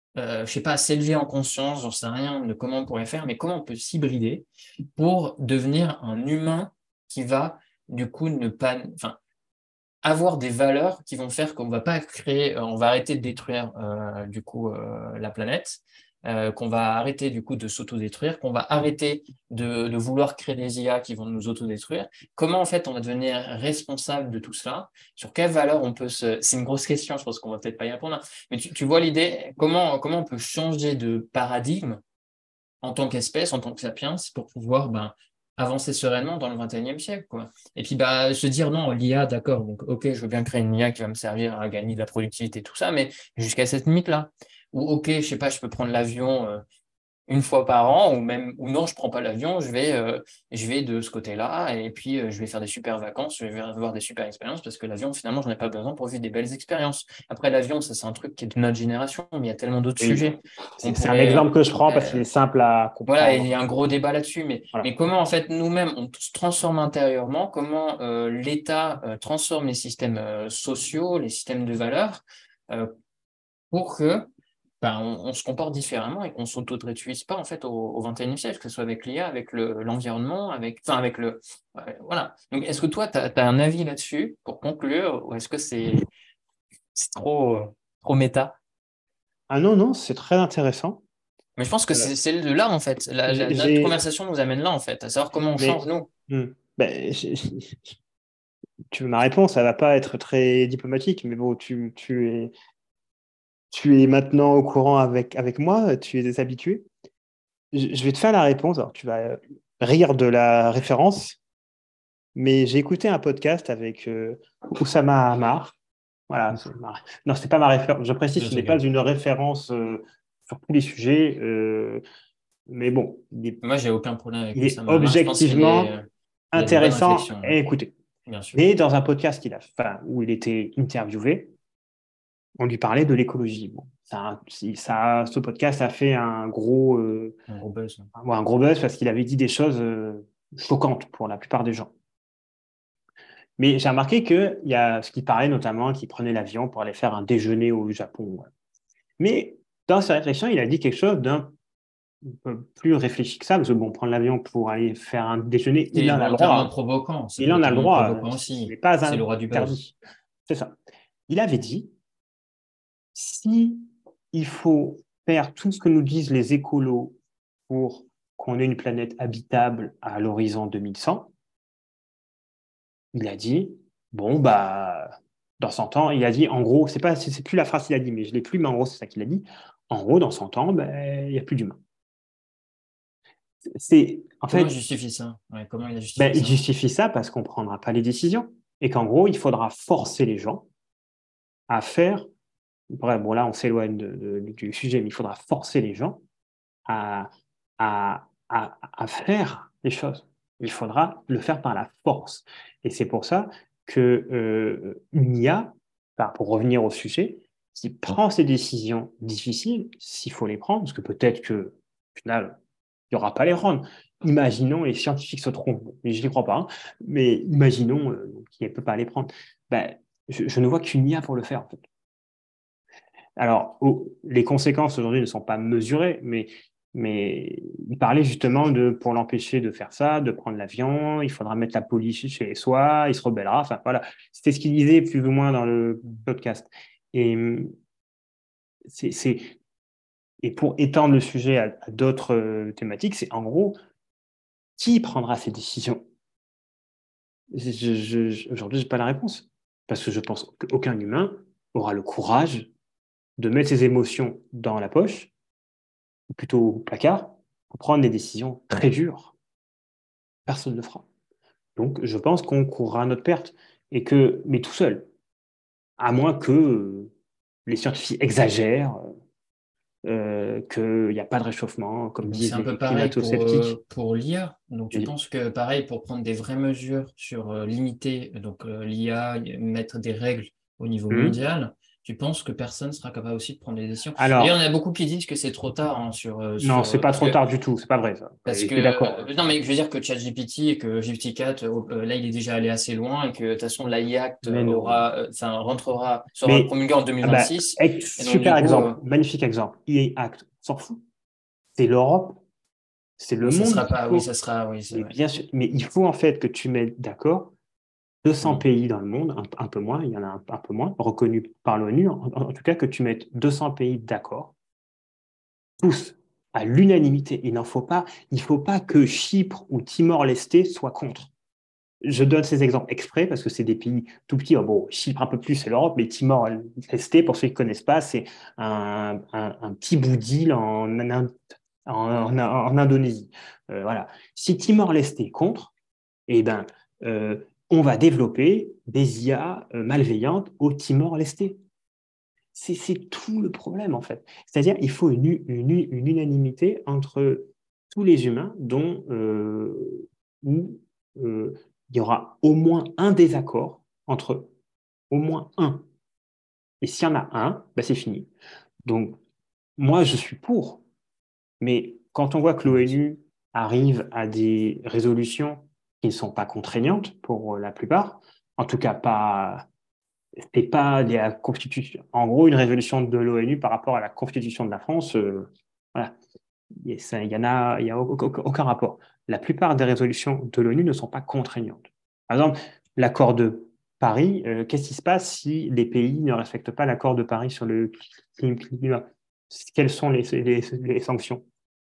je sais pas, s'élever en conscience, j'en sais rien de comment on pourrait faire, mais comment on peut s'hybrider pour devenir un humain qui va, du coup, ne pas, enfin, avoir des valeurs qui vont faire qu'on va pas créer, on va arrêter de détruire, du coup, la planète, qu'on va arrêter, du coup, de s'autodétruire, qu'on va arrêter de vouloir créer des IA qui vont nous autodétruire. Comment, en fait, on va devenir responsable de tout cela? Sur quelles valeurs on peut se... C'est une grosse question, je pense qu'on va peut-être pas y répondre. Mais tu vois l'idée, comment on peut changer de paradigme en tant qu'espèce, en tant que sapiens, pour pouvoir avancer sereinement dans le 21e siècle, quoi. Et puis se dire non, l'IA, d'accord, donc ok, je veux bien créer une IA qui va me servir à gagner de la productivité, tout ça, mais jusqu'à cette limite-là. Ou ok, je sais pas, je peux prendre l'avion une fois par an, ou même, ou non, je prends pas l'avion, je vais de ce côté-là, et puis je vais faire des super vacances, je vais avoir des super expériences, parce que l'avion, finalement, j'en ai pas besoin pour vivre des belles expériences. Après, l'avion, ça, c'est un truc qui est de notre génération, mais il y a tellement d'autres Oui. sujets qu'on C'est un pourrait. exemple que je prends parce qu'il euh, est simple à voilà, il y comprendre. a un gros débat là-dessus, Voilà. mais comment en fait nous-mêmes on se transforme intérieurement, comment l'État transforme les systèmes sociaux, les systèmes de valeurs, euh, pour que on se comporte différemment et qu'on ne s'auto-réduise pas en fait au 21e siècle, que ce soit avec l'IA, avec l'environnement, avec le. Voilà. Donc est-ce que toi, tu as un avis là-dessus pour conclure, ou est-ce que c'est trop méta? Ah non, non, c'est très intéressant. Mais je pense que Euh, c'est de là en fait. Notre j'ai, conversation nous amène là en fait, à savoir comment on change mais nous. ben, tu veux ma réponse, ça va pas être très diplomatique, mais bon, tu es maintenant au courant avec moi, tu es habitué. Je vais te faire la réponse. Alors, tu vas rire de la référence, mais j'ai écouté un podcast avec Oussama Hamar. Voilà, non, c'est pas ma référence. Je précise, Je ce n'est pas rigole. une référence sur tous les sujets, mais bon, Moi, j'ai aucun problème avec il est Oussama Hamar. Je pense objectivement il a des bonnes intéressant réflexions, à écouter. bien sûr. Et dans un podcast où il était interviewé, on lui parlait de l'écologie. Bon, ce podcast a fait Un gros buzz. un gros buzz parce qu'il avait dit des choses choquantes pour la plupart des gens. Mais j'ai remarqué qu'il y a ce qui parlait notamment, qu'il prenait l'avion pour aller faire un déjeuner au Japon. Ouais. Mais dans sa réflexion, il a dit quelque chose d'un peu plus réfléchi que ça, parce que bon, prendre l'avion pour aller faire un déjeuner, il C'est en a le volontairement droit. provoquant. C'est Il en a le volontairement droit. provoquant Ce n'est aussi. pas C'est le roi du buzz. interdit. C'est ça. Il avait dit, si il faut faire tout ce que nous disent les écolos pour qu'on ait une planète habitable à l'horizon 2100, il a dit, bon, bah, dans 100 ans, il a dit, en gros, c'est plus la phrase qu'il a dit, mais je l'ai plus, mais en gros, c'est ça qu'il a dit. En gros, dans 100 ans, ben, il n'y a plus d'humains. En Comment il fait, justifie ça? Ouais, comment il a ben, justifié il ça? justifie ça parce qu'on ne prendra pas les décisions. Et qu'en gros, il faudra forcer les gens à faire. Bref, bon, là, on s'éloigne du sujet, mais il faudra forcer les gens à, à faire les choses. Il faudra le faire par la force. Et c'est pour ça que une IA, pour revenir au sujet, qui prend ces décisions difficiles, s'il faut les prendre, parce que peut-être que, au final, il n'y aura pas les prendre. Imaginons, les scientifiques se trompent, mais je n'y crois pas, hein, mais imaginons qu'il ne peut pas les prendre. Ben, je ne vois qu'une IA pour le faire, en fait. Alors, les conséquences aujourd'hui ne sont pas mesurées, mais il parlait justement pour l'empêcher de faire ça, de prendre l'avion, il faudra mettre la police chez soi, il se rebellera. Enfin, voilà. C'était ce qu'il disait plus ou moins dans le podcast. Et, c'est, c'est- et pour étendre le sujet à d'autres thématiques, c'est en gros, qui prendra ces décisions? Aujourd'hui, je n'ai pas la réponse. Parce que je pense qu'aucun humain aura le courage de mettre ses émotions dans la poche, ou plutôt au placard, pour prendre des décisions très dures. Personne ne le fera. Donc, je pense qu'on courra à notre perte. Mais tout seul. À moins que les scientifiques exagèrent, qu'il n'y a pas de réchauffement, comme Donc, c'est disent un les peu pareil climato-sceptiques. pour l'IA. Donc, tu penses que pareil, pour prendre des vraies mesures sur limiter l'IA, mettre des règles au niveau Hmm. mondial, tu penses que personne ne sera capable aussi de prendre des décisions? D'ailleurs, il y en Alors, a beaucoup qui disent que c'est trop tard hein, non, c'est pas parce trop que tard du tout, c'est pas vrai ça. parce Et je suis d'accord. que, non, mais je veux dire que ChatGPT et que GPT-4, là, il est déjà allé assez loin et que de toute façon, l'AI Act Mais non. sera Mais promulgué en ah bah, 2026. Et donc, du super coup, exemple, magnifique exemple. EA Act, on s'en fout. C'est l'Europe, c'est le oui, ça monde sera qu'il pas, oui, faut. ça sera, oui, c'est Mais vrai. bien sûr, mais il faut en fait que tu mettes d'accord 200 Mm. pays dans le monde, un peu moins, il y en a un peu moins, reconnus par l'ONU, en tout cas que tu mettes 200 pays d'accord, tous, à l'unanimité. Il faut pas que Chypre ou Timor-Leste soient contre. Je donne ces exemples exprès parce que c'est des pays tout petits. Bon, Chypre un peu plus, c'est l'Europe, mais Timor-Leste, pour ceux qui ne connaissent pas, c'est un petit bout d'île en Indonésie. Voilà. Si Timor-Leste est contre, eh ben, on va développer des IA malveillantes au Timor-Leste. C'est tout le problème, en fait. C'est-à-dire il faut une unanimité entre tous les humains où il y aura au moins un désaccord entre eux. Au moins un. Et s'il y en a un, ben c'est fini. Donc, moi, je suis pour. Mais quand on voit que l'ONU arrive à des résolutions qui ne sont pas contraignantes pour la plupart, en tout cas pas c'est pas la constitution. En gros, une résolution de l'ONU par rapport à la constitution de la France, voilà, il y a aucun rapport. La plupart des résolutions de l'ONU ne sont pas contraignantes. Par exemple, l'accord de Paris, qu'est-ce qui se passe si les pays ne respectent pas l'accord de Paris sur le climat? Quelles sont les sanctions?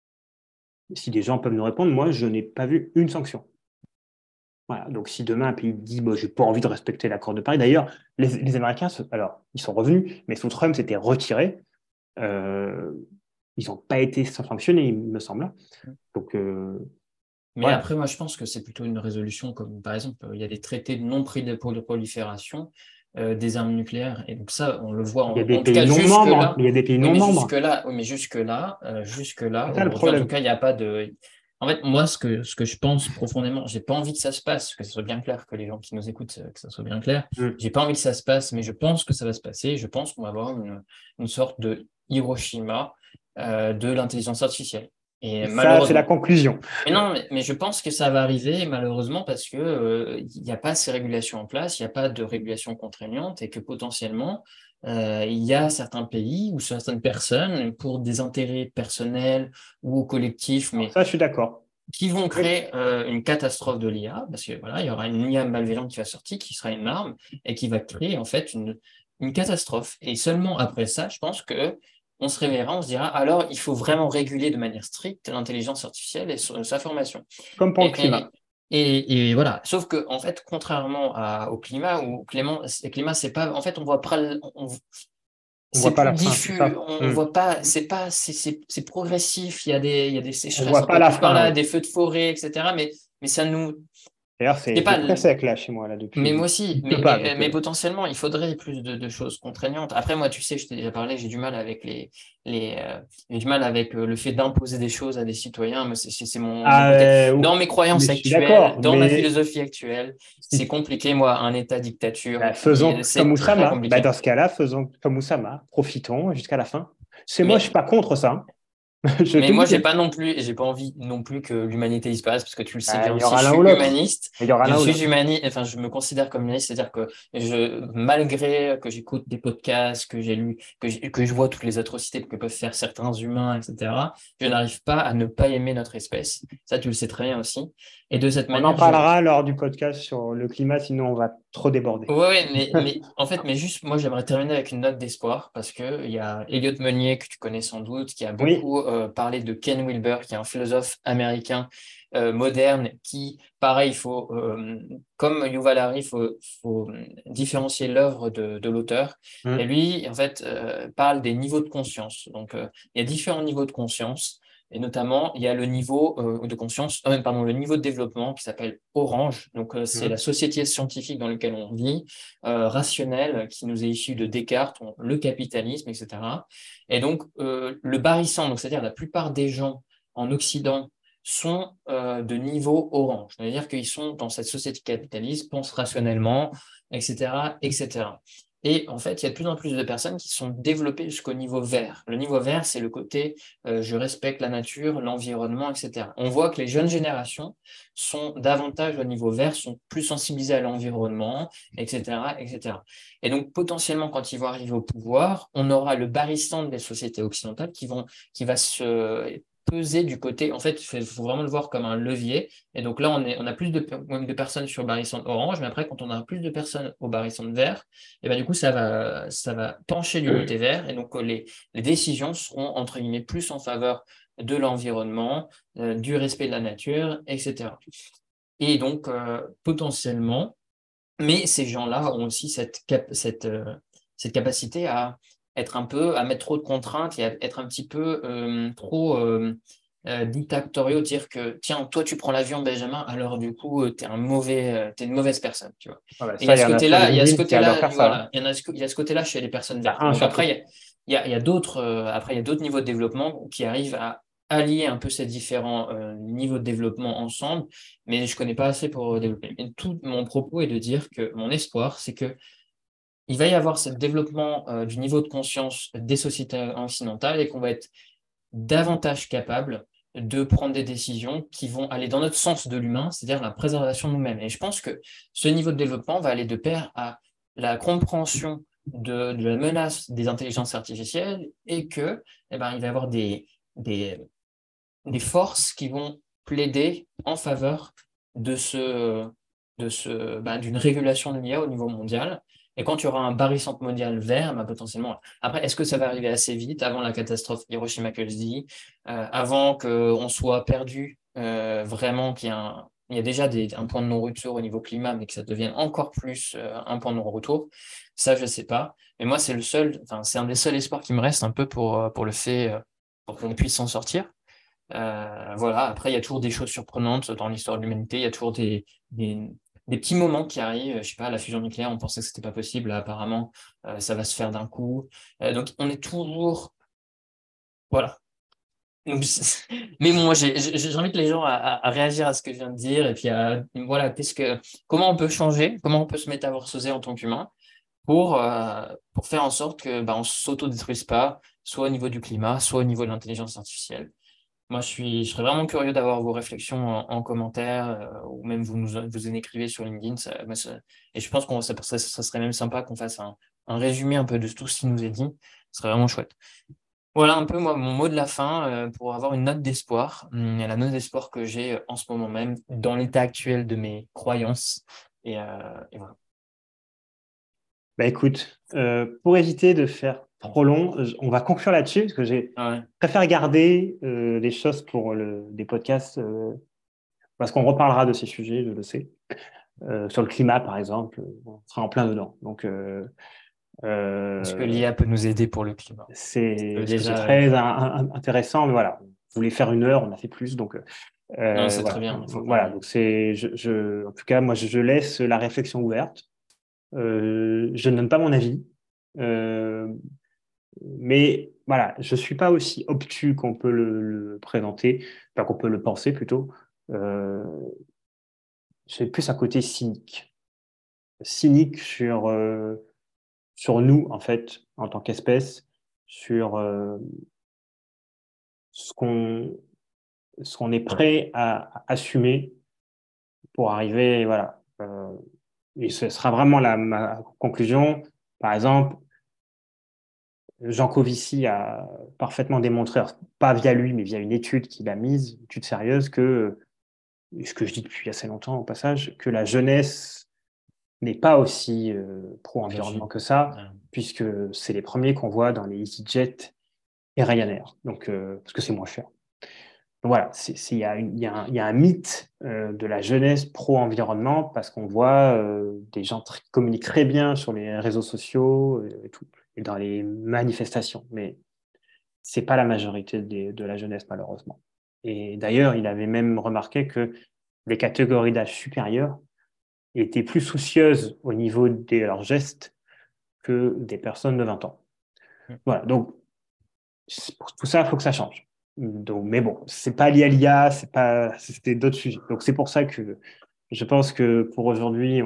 Si des gens peuvent nous répondre, moi, je n'ai pas vu une sanction. Voilà. Donc, si demain un pays dit, bon, je n'ai pas envie de respecter l'accord de Paris, d'ailleurs, les Américains, alors, ils sont revenus, mais sous Trump, c'était retiré. Euh, ils n'ont pas été sanctionnés, il me semble. Donc, Mais voilà. après, moi, je pense que c'est plutôt une résolution comme, par exemple, il y a des traités de non-prolifération des armes nucléaires. Et donc ça, on le voit, Il y a des en tout pays cas non membres. jusque-là. Il y a des pays Oui, non mais membres. jusque-là, oui, mais jusque-là, C'est ça le aujourd'hui, en tout problème. cas, il n'y a pas de. En fait, moi, ce que je pense profondément, j'ai pas envie que ça se passe, que ce soit bien clair, que les gens qui nous écoutent, que ça soit bien clair. Mm. J'ai pas envie que ça se passe, mais je pense que ça va se passer. Je pense qu'on va avoir une sorte de Hiroshima de l'intelligence artificielle. Et Ça, c'est la malheureusement. conclusion. Mais non, mais je pense que ça va arriver malheureusement parce que il n'y a pas ces régulations en place, il n'y a pas de régulation contraignante et que potentiellement il y a certains pays ou certaines personnes pour des intérêts personnels ou collectifs, Alors, mais ça, je suis d'accord. qui vont Oui. créer une catastrophe de l'IA parce que voilà, il y aura une IA malveillante qui va sortir, qui sera une arme et qui va créer en fait une catastrophe. Et seulement après ça, je pense que on se réveillera, on se dira alors il faut vraiment réguler de manière stricte l'intelligence artificielle et sa formation. Comme pour le Et, et, climat. et voilà. Sauf que, en fait, contrairement au climat, où climat, c'est pas, en fait, on voit pas, On ne voit c'est pas plus la fin, c'est diffus, ça. on Mm. voit pas, c'est pas, c'est progressif, il y a des On ne sécheresses voit un pas peu la par fin, là, oui. des feux de forêt, etc. Mais ça nous, D'ailleurs, c'est c'est pas, très sec là chez moi là mais moi depuis. aussi, Il ne mais, peut pas. mais, Donc, mais potentiellement, il faudrait plus de choses contraignantes. Après, moi, tu sais, je t'ai déjà parlé, j'ai du mal avec j'ai du mal avec le fait d'imposer des choses à des citoyens. Mais c'est mon ah, côté. Dans mes mais croyances je suis actuelles, d'accord. dans ma Mais philosophie actuelle, c'est si compliqué, moi, un État dictature, bah, faisons comme c'est très Oussama. Bah, compliqué. dans ce cas-là, faisons comme Oussama. Profitons jusqu'à la fin. C'est moi, je ne suis Mais pas contre ça, hein. Je Mais te moi, dis, j'ai pas envie non plus que l'humanité disparaisse, parce que tu le sais bien il y aussi, aura je l'un suis ou l'autre. humaniste. Il y aura l'un ou l'autre. Enfin, je me considère comme humaniste, c'est-à-dire que malgré que j'écoute des podcasts, que j'ai lu, que je vois toutes les atrocités que peuvent faire certains humains, etc., je n'arrive pas à ne pas aimer notre espèce. Ça, tu le sais très bien aussi. Et de cette On en manière, parlera lors du podcast sur le climat, sinon on va trop déborder. ouais, en fait, mais juste, moi, j'aimerais terminer avec une note d'espoir parce que il y a Elliot Meunier, que tu connais sans doute, qui a Oui, beaucoup parlé de Ken Wilber, qui est un philosophe américain moderne, qui, pareil, comme Yuval Harari, faut différencier l'œuvre de l'auteur. Et mm, lui, en fait, parle des niveaux de conscience. Donc, il y a différents niveaux de conscience. Et notamment, il y a le niveau de conscience, pardon, le niveau de développement qui s'appelle Orange. Donc, c'est la mm. société scientifique dans laquelle on vit, rationnelle, qui nous est issue de Descartes, le capitalisme, etc. Et donc, le barycentre, donc c'est-à-dire la plupart des gens en Occident sont de niveau orange. C'est-à-dire qu'ils sont dans cette société capitaliste, pensent rationnellement, etc., etc. Et en fait, il y a de plus en plus de personnes qui sont développées jusqu'au niveau vert. Le niveau vert, c'est le côté je respecte la nature, l'environnement, etc. On voit que les jeunes générations sont davantage au niveau vert, sont plus sensibilisées à l'environnement, etc., etc. Et donc, potentiellement, quand ils vont arriver au pouvoir, on aura le barycentre des sociétés occidentales qui va se peser du côté. En fait, il faut vraiment le voir comme un levier. Et donc là, on a plus de personnes sur barycentre orange, mais après, quand on a plus de personnes au barycentre vert, et ben, du coup, ça va pencher du côté vert. Et donc, les décisions seront, entre guillemets, plus en faveur de l'environnement, du respect de la nature, etc. Et donc, potentiellement, mais ces gens-là ont aussi cette capacité à à mettre trop de contraintes et à être un petit peu trop dictatoriaux, dire que tiens, toi tu prends l'avion, Benjamin, alors du coup, t'es une mauvaise personne, tu vois. Ah bah Et il y a ça, il y ce en a sur côté-là, il y a ce LinkedIn qui adorent côté-là, faire ça, hein. voilà, il y a ce côté-là chez les personnes Il y a vertes. un Donc après, surtout. il y a d'autres, après, il y a d'autres niveaux de développement qui arrivent à allier un peu ces différents niveaux de développement ensemble, mais je connais pas assez pour développer. Et tout mon propos est de dire que mon espoir, c'est que il va y avoir ce développement du niveau de conscience des sociétés occidentales et qu'on va être davantage capable de prendre des décisions qui vont aller dans notre sens de l'humain, c'est-à-dire la préservation de nous-mêmes. Et je pense que ce niveau de développement va aller de pair à la compréhension de la menace des intelligences artificielles et que, eh ben, il va y avoir des, des forces qui vont plaider en faveur de d'une régulation de l'IA au niveau mondial. Et quand il y aura un barycentre mondial vert, bah, potentiellement. Après, est-ce que ça va arriver assez vite avant la catastrophe Hiroshima-Nagasaki, avant qu'on soit perdu vraiment, il y a déjà un point de non-retour au niveau climat, mais que ça devienne encore plus un point de non-retour? Ça, je ne sais pas. Mais moi, c'est un des seuls espoirs qui me reste un peu pour le fait, pour qu'on puisse s'en sortir. Voilà. Après, il y a toujours des choses surprenantes dans l'histoire de l'humanité. Il y a toujours des petits moments qui arrivent. Je sais pas, la fusion nucléaire, on pensait que c'était pas possible. Là, apparemment, ça va se faire d'un coup. Donc, on est toujours. Voilà. Donc, mais bon, moi, j'invite les gens à réagir à ce que je viens de dire et puis voilà, comment on peut changer, comment on peut se métamorphoser en tant qu'humain pour faire en sorte que on ne s'autodétruise pas, soit au niveau du climat, soit au niveau de l'intelligence artificielle. Moi, je serais vraiment curieux d'avoir vos réflexions en commentaire ou même vous en écrivez sur LinkedIn. Et je pense ça serait même sympa qu'on fasse un résumé un peu de tout ce qui nous est dit. Ce serait vraiment chouette. Voilà un peu moi mon mot de la fin pour avoir une note d'espoir. La note d'espoir que j'ai en ce moment même dans l'état actuel de mes croyances. Et voilà. Bah écoute, pour éviter de faire trop long, on va conclure là-dessus parce que j'ai Ah ouais. préfère garder les choses pour des podcasts parce qu'on reparlera de ces sujets, je le sais. Sur le climat, par exemple, on sera en plein dedans. Donc, Est-ce que euh, l'IA peut nous aider pour le climat? c'est Déjà, très intéressant, mais voilà, on voulait faire une heure, on a fait plus, donc non, c'est très voilà. bien. Il faut Voilà, qu'on. donc en tout cas, moi, je laisse la réflexion ouverte. Je ne donne pas mon avis. Euh, Mais voilà, je ne suis pas aussi obtus qu'on peut le présenter, enfin qu'on peut le penser plutôt. Euh, c'est plus un côté cynique. Cynique sur nous, en fait, en tant qu'espèce, sur ce qu'on est prêt à assumer pour arriver, voilà. Et ce sera vraiment ma conclusion. Par exemple, Jean Covici a parfaitement démontré, alors, pas via lui, mais via une étude qu'il a mise, une étude sérieuse, que, ce que je dis depuis assez longtemps au passage, que la jeunesse n'est pas aussi pro-environnement que ça, Ouais. puisque c'est les premiers qu'on voit dans les EasyJet et Ryanair, donc, parce que c'est moins cher. Donc voilà, il y a un mythe de la jeunesse pro-environnement parce qu'on voit des gens qui communiquent très bien sur les réseaux sociaux et tout, et dans les manifestations, mais c'est pas la majorité de la jeunesse malheureusement. Et d'ailleurs, il avait même remarqué que les catégories d'âge supérieures étaient plus soucieuses au niveau de leurs gestes que des personnes de 20 ans. Voilà, donc pour tout ça, il faut que ça change. Donc, mais bon, c'est pas lié à l'IA, c'était d'autres sujets. Donc c'est pour ça que je pense que pour aujourd'hui,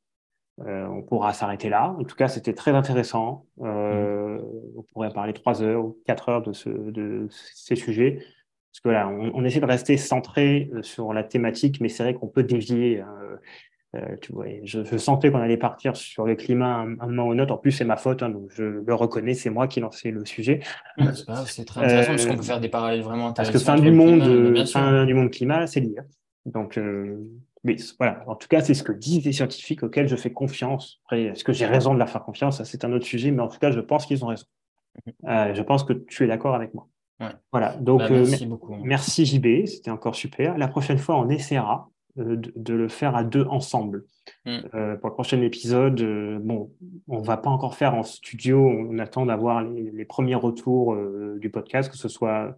on pourra s'arrêter là. En tout cas, c'était très intéressant. On pourrait parler 3 heures ou 4 heures de ces sujets. Parce que là, on essaie de rester centré sur la thématique, mais c'est vrai qu'on peut dévier. Tu vois, je sentais qu'on allait partir sur le climat un moment ou un autre. En plus, c'est ma faute, hein, donc je le reconnais, c'est moi qui lançais le sujet. C'est pas grave, c'est très intéressant parce Euh, qu'on peut faire des parallèles vraiment Parce que intéressants entre le climat, mais bien sûr. fin du monde climat, c'est lié. Donc, mais voilà. En tout cas, c'est ce que disent les scientifiques auxquels je fais confiance. Après, est-ce que j'ai raison de leur faire confiance? Ça, c'est un autre sujet, mais en tout cas, je pense qu'ils ont raison. Je pense que tu es d'accord avec moi. Ouais. Voilà. Donc, Merci beaucoup. merci JB, c'était encore super. La prochaine fois, on essaiera de le faire à deux ensemble. Mm. Pour le prochain épisode, bon, on va pas encore faire en studio. On attend d'avoir les premiers retours du podcast, que ce soit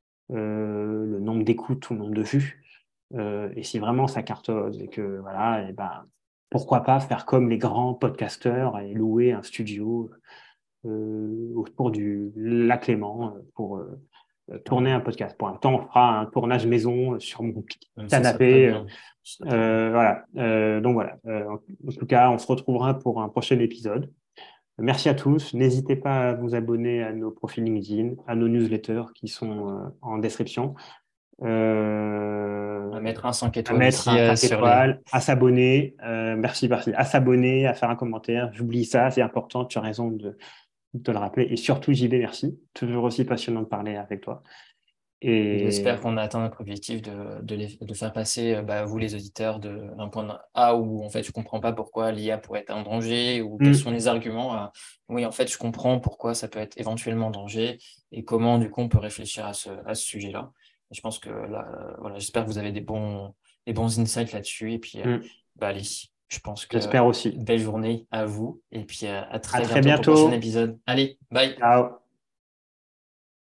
le nombre d'écoutes ou le nombre de vues. Et si vraiment ça cartonne et que voilà, et ben, pourquoi pas faire comme les grands podcasteurs et louer un studio autour du lac Léman pour tourner un podcast. Pour un temps, on fera un tournage maison sur mon Ça serait très canapé. bien. Ça serait très bien. Voilà. Donc voilà. En tout cas, on se retrouvera pour un prochain épisode. Merci à tous. N'hésitez pas à vous abonner à nos profils LinkedIn, à nos newsletters qui sont en description. À mettre un 5 À étoiles mettre aussi un 5 sur les. étoiles, à s'abonner. Merci. À s'abonner, à faire un commentaire. J'oublie ça, c'est important. Tu as raison de le rappeler. Et surtout, JB, merci. Toujours aussi passionnant de parler avec toi. J'espère Et qu'on a atteint notre objectif de faire passer, vous les auditeurs, d'un point A où en fait je comprends pas pourquoi l'IA pourrait être un danger ou quels sont les arguments. Oui, en fait, je comprends pourquoi ça peut être éventuellement un danger et comment du coup on peut réfléchir à ce sujet-là. Et je pense que là, voilà, j'espère que vous avez des bons insights là-dessus. Et puis, mm, allez, je pense que j'espère aussi. belle journée à vous et puis à À très très bientôt pour le prochain bientôt. épisode. Allez, bye! Ciao.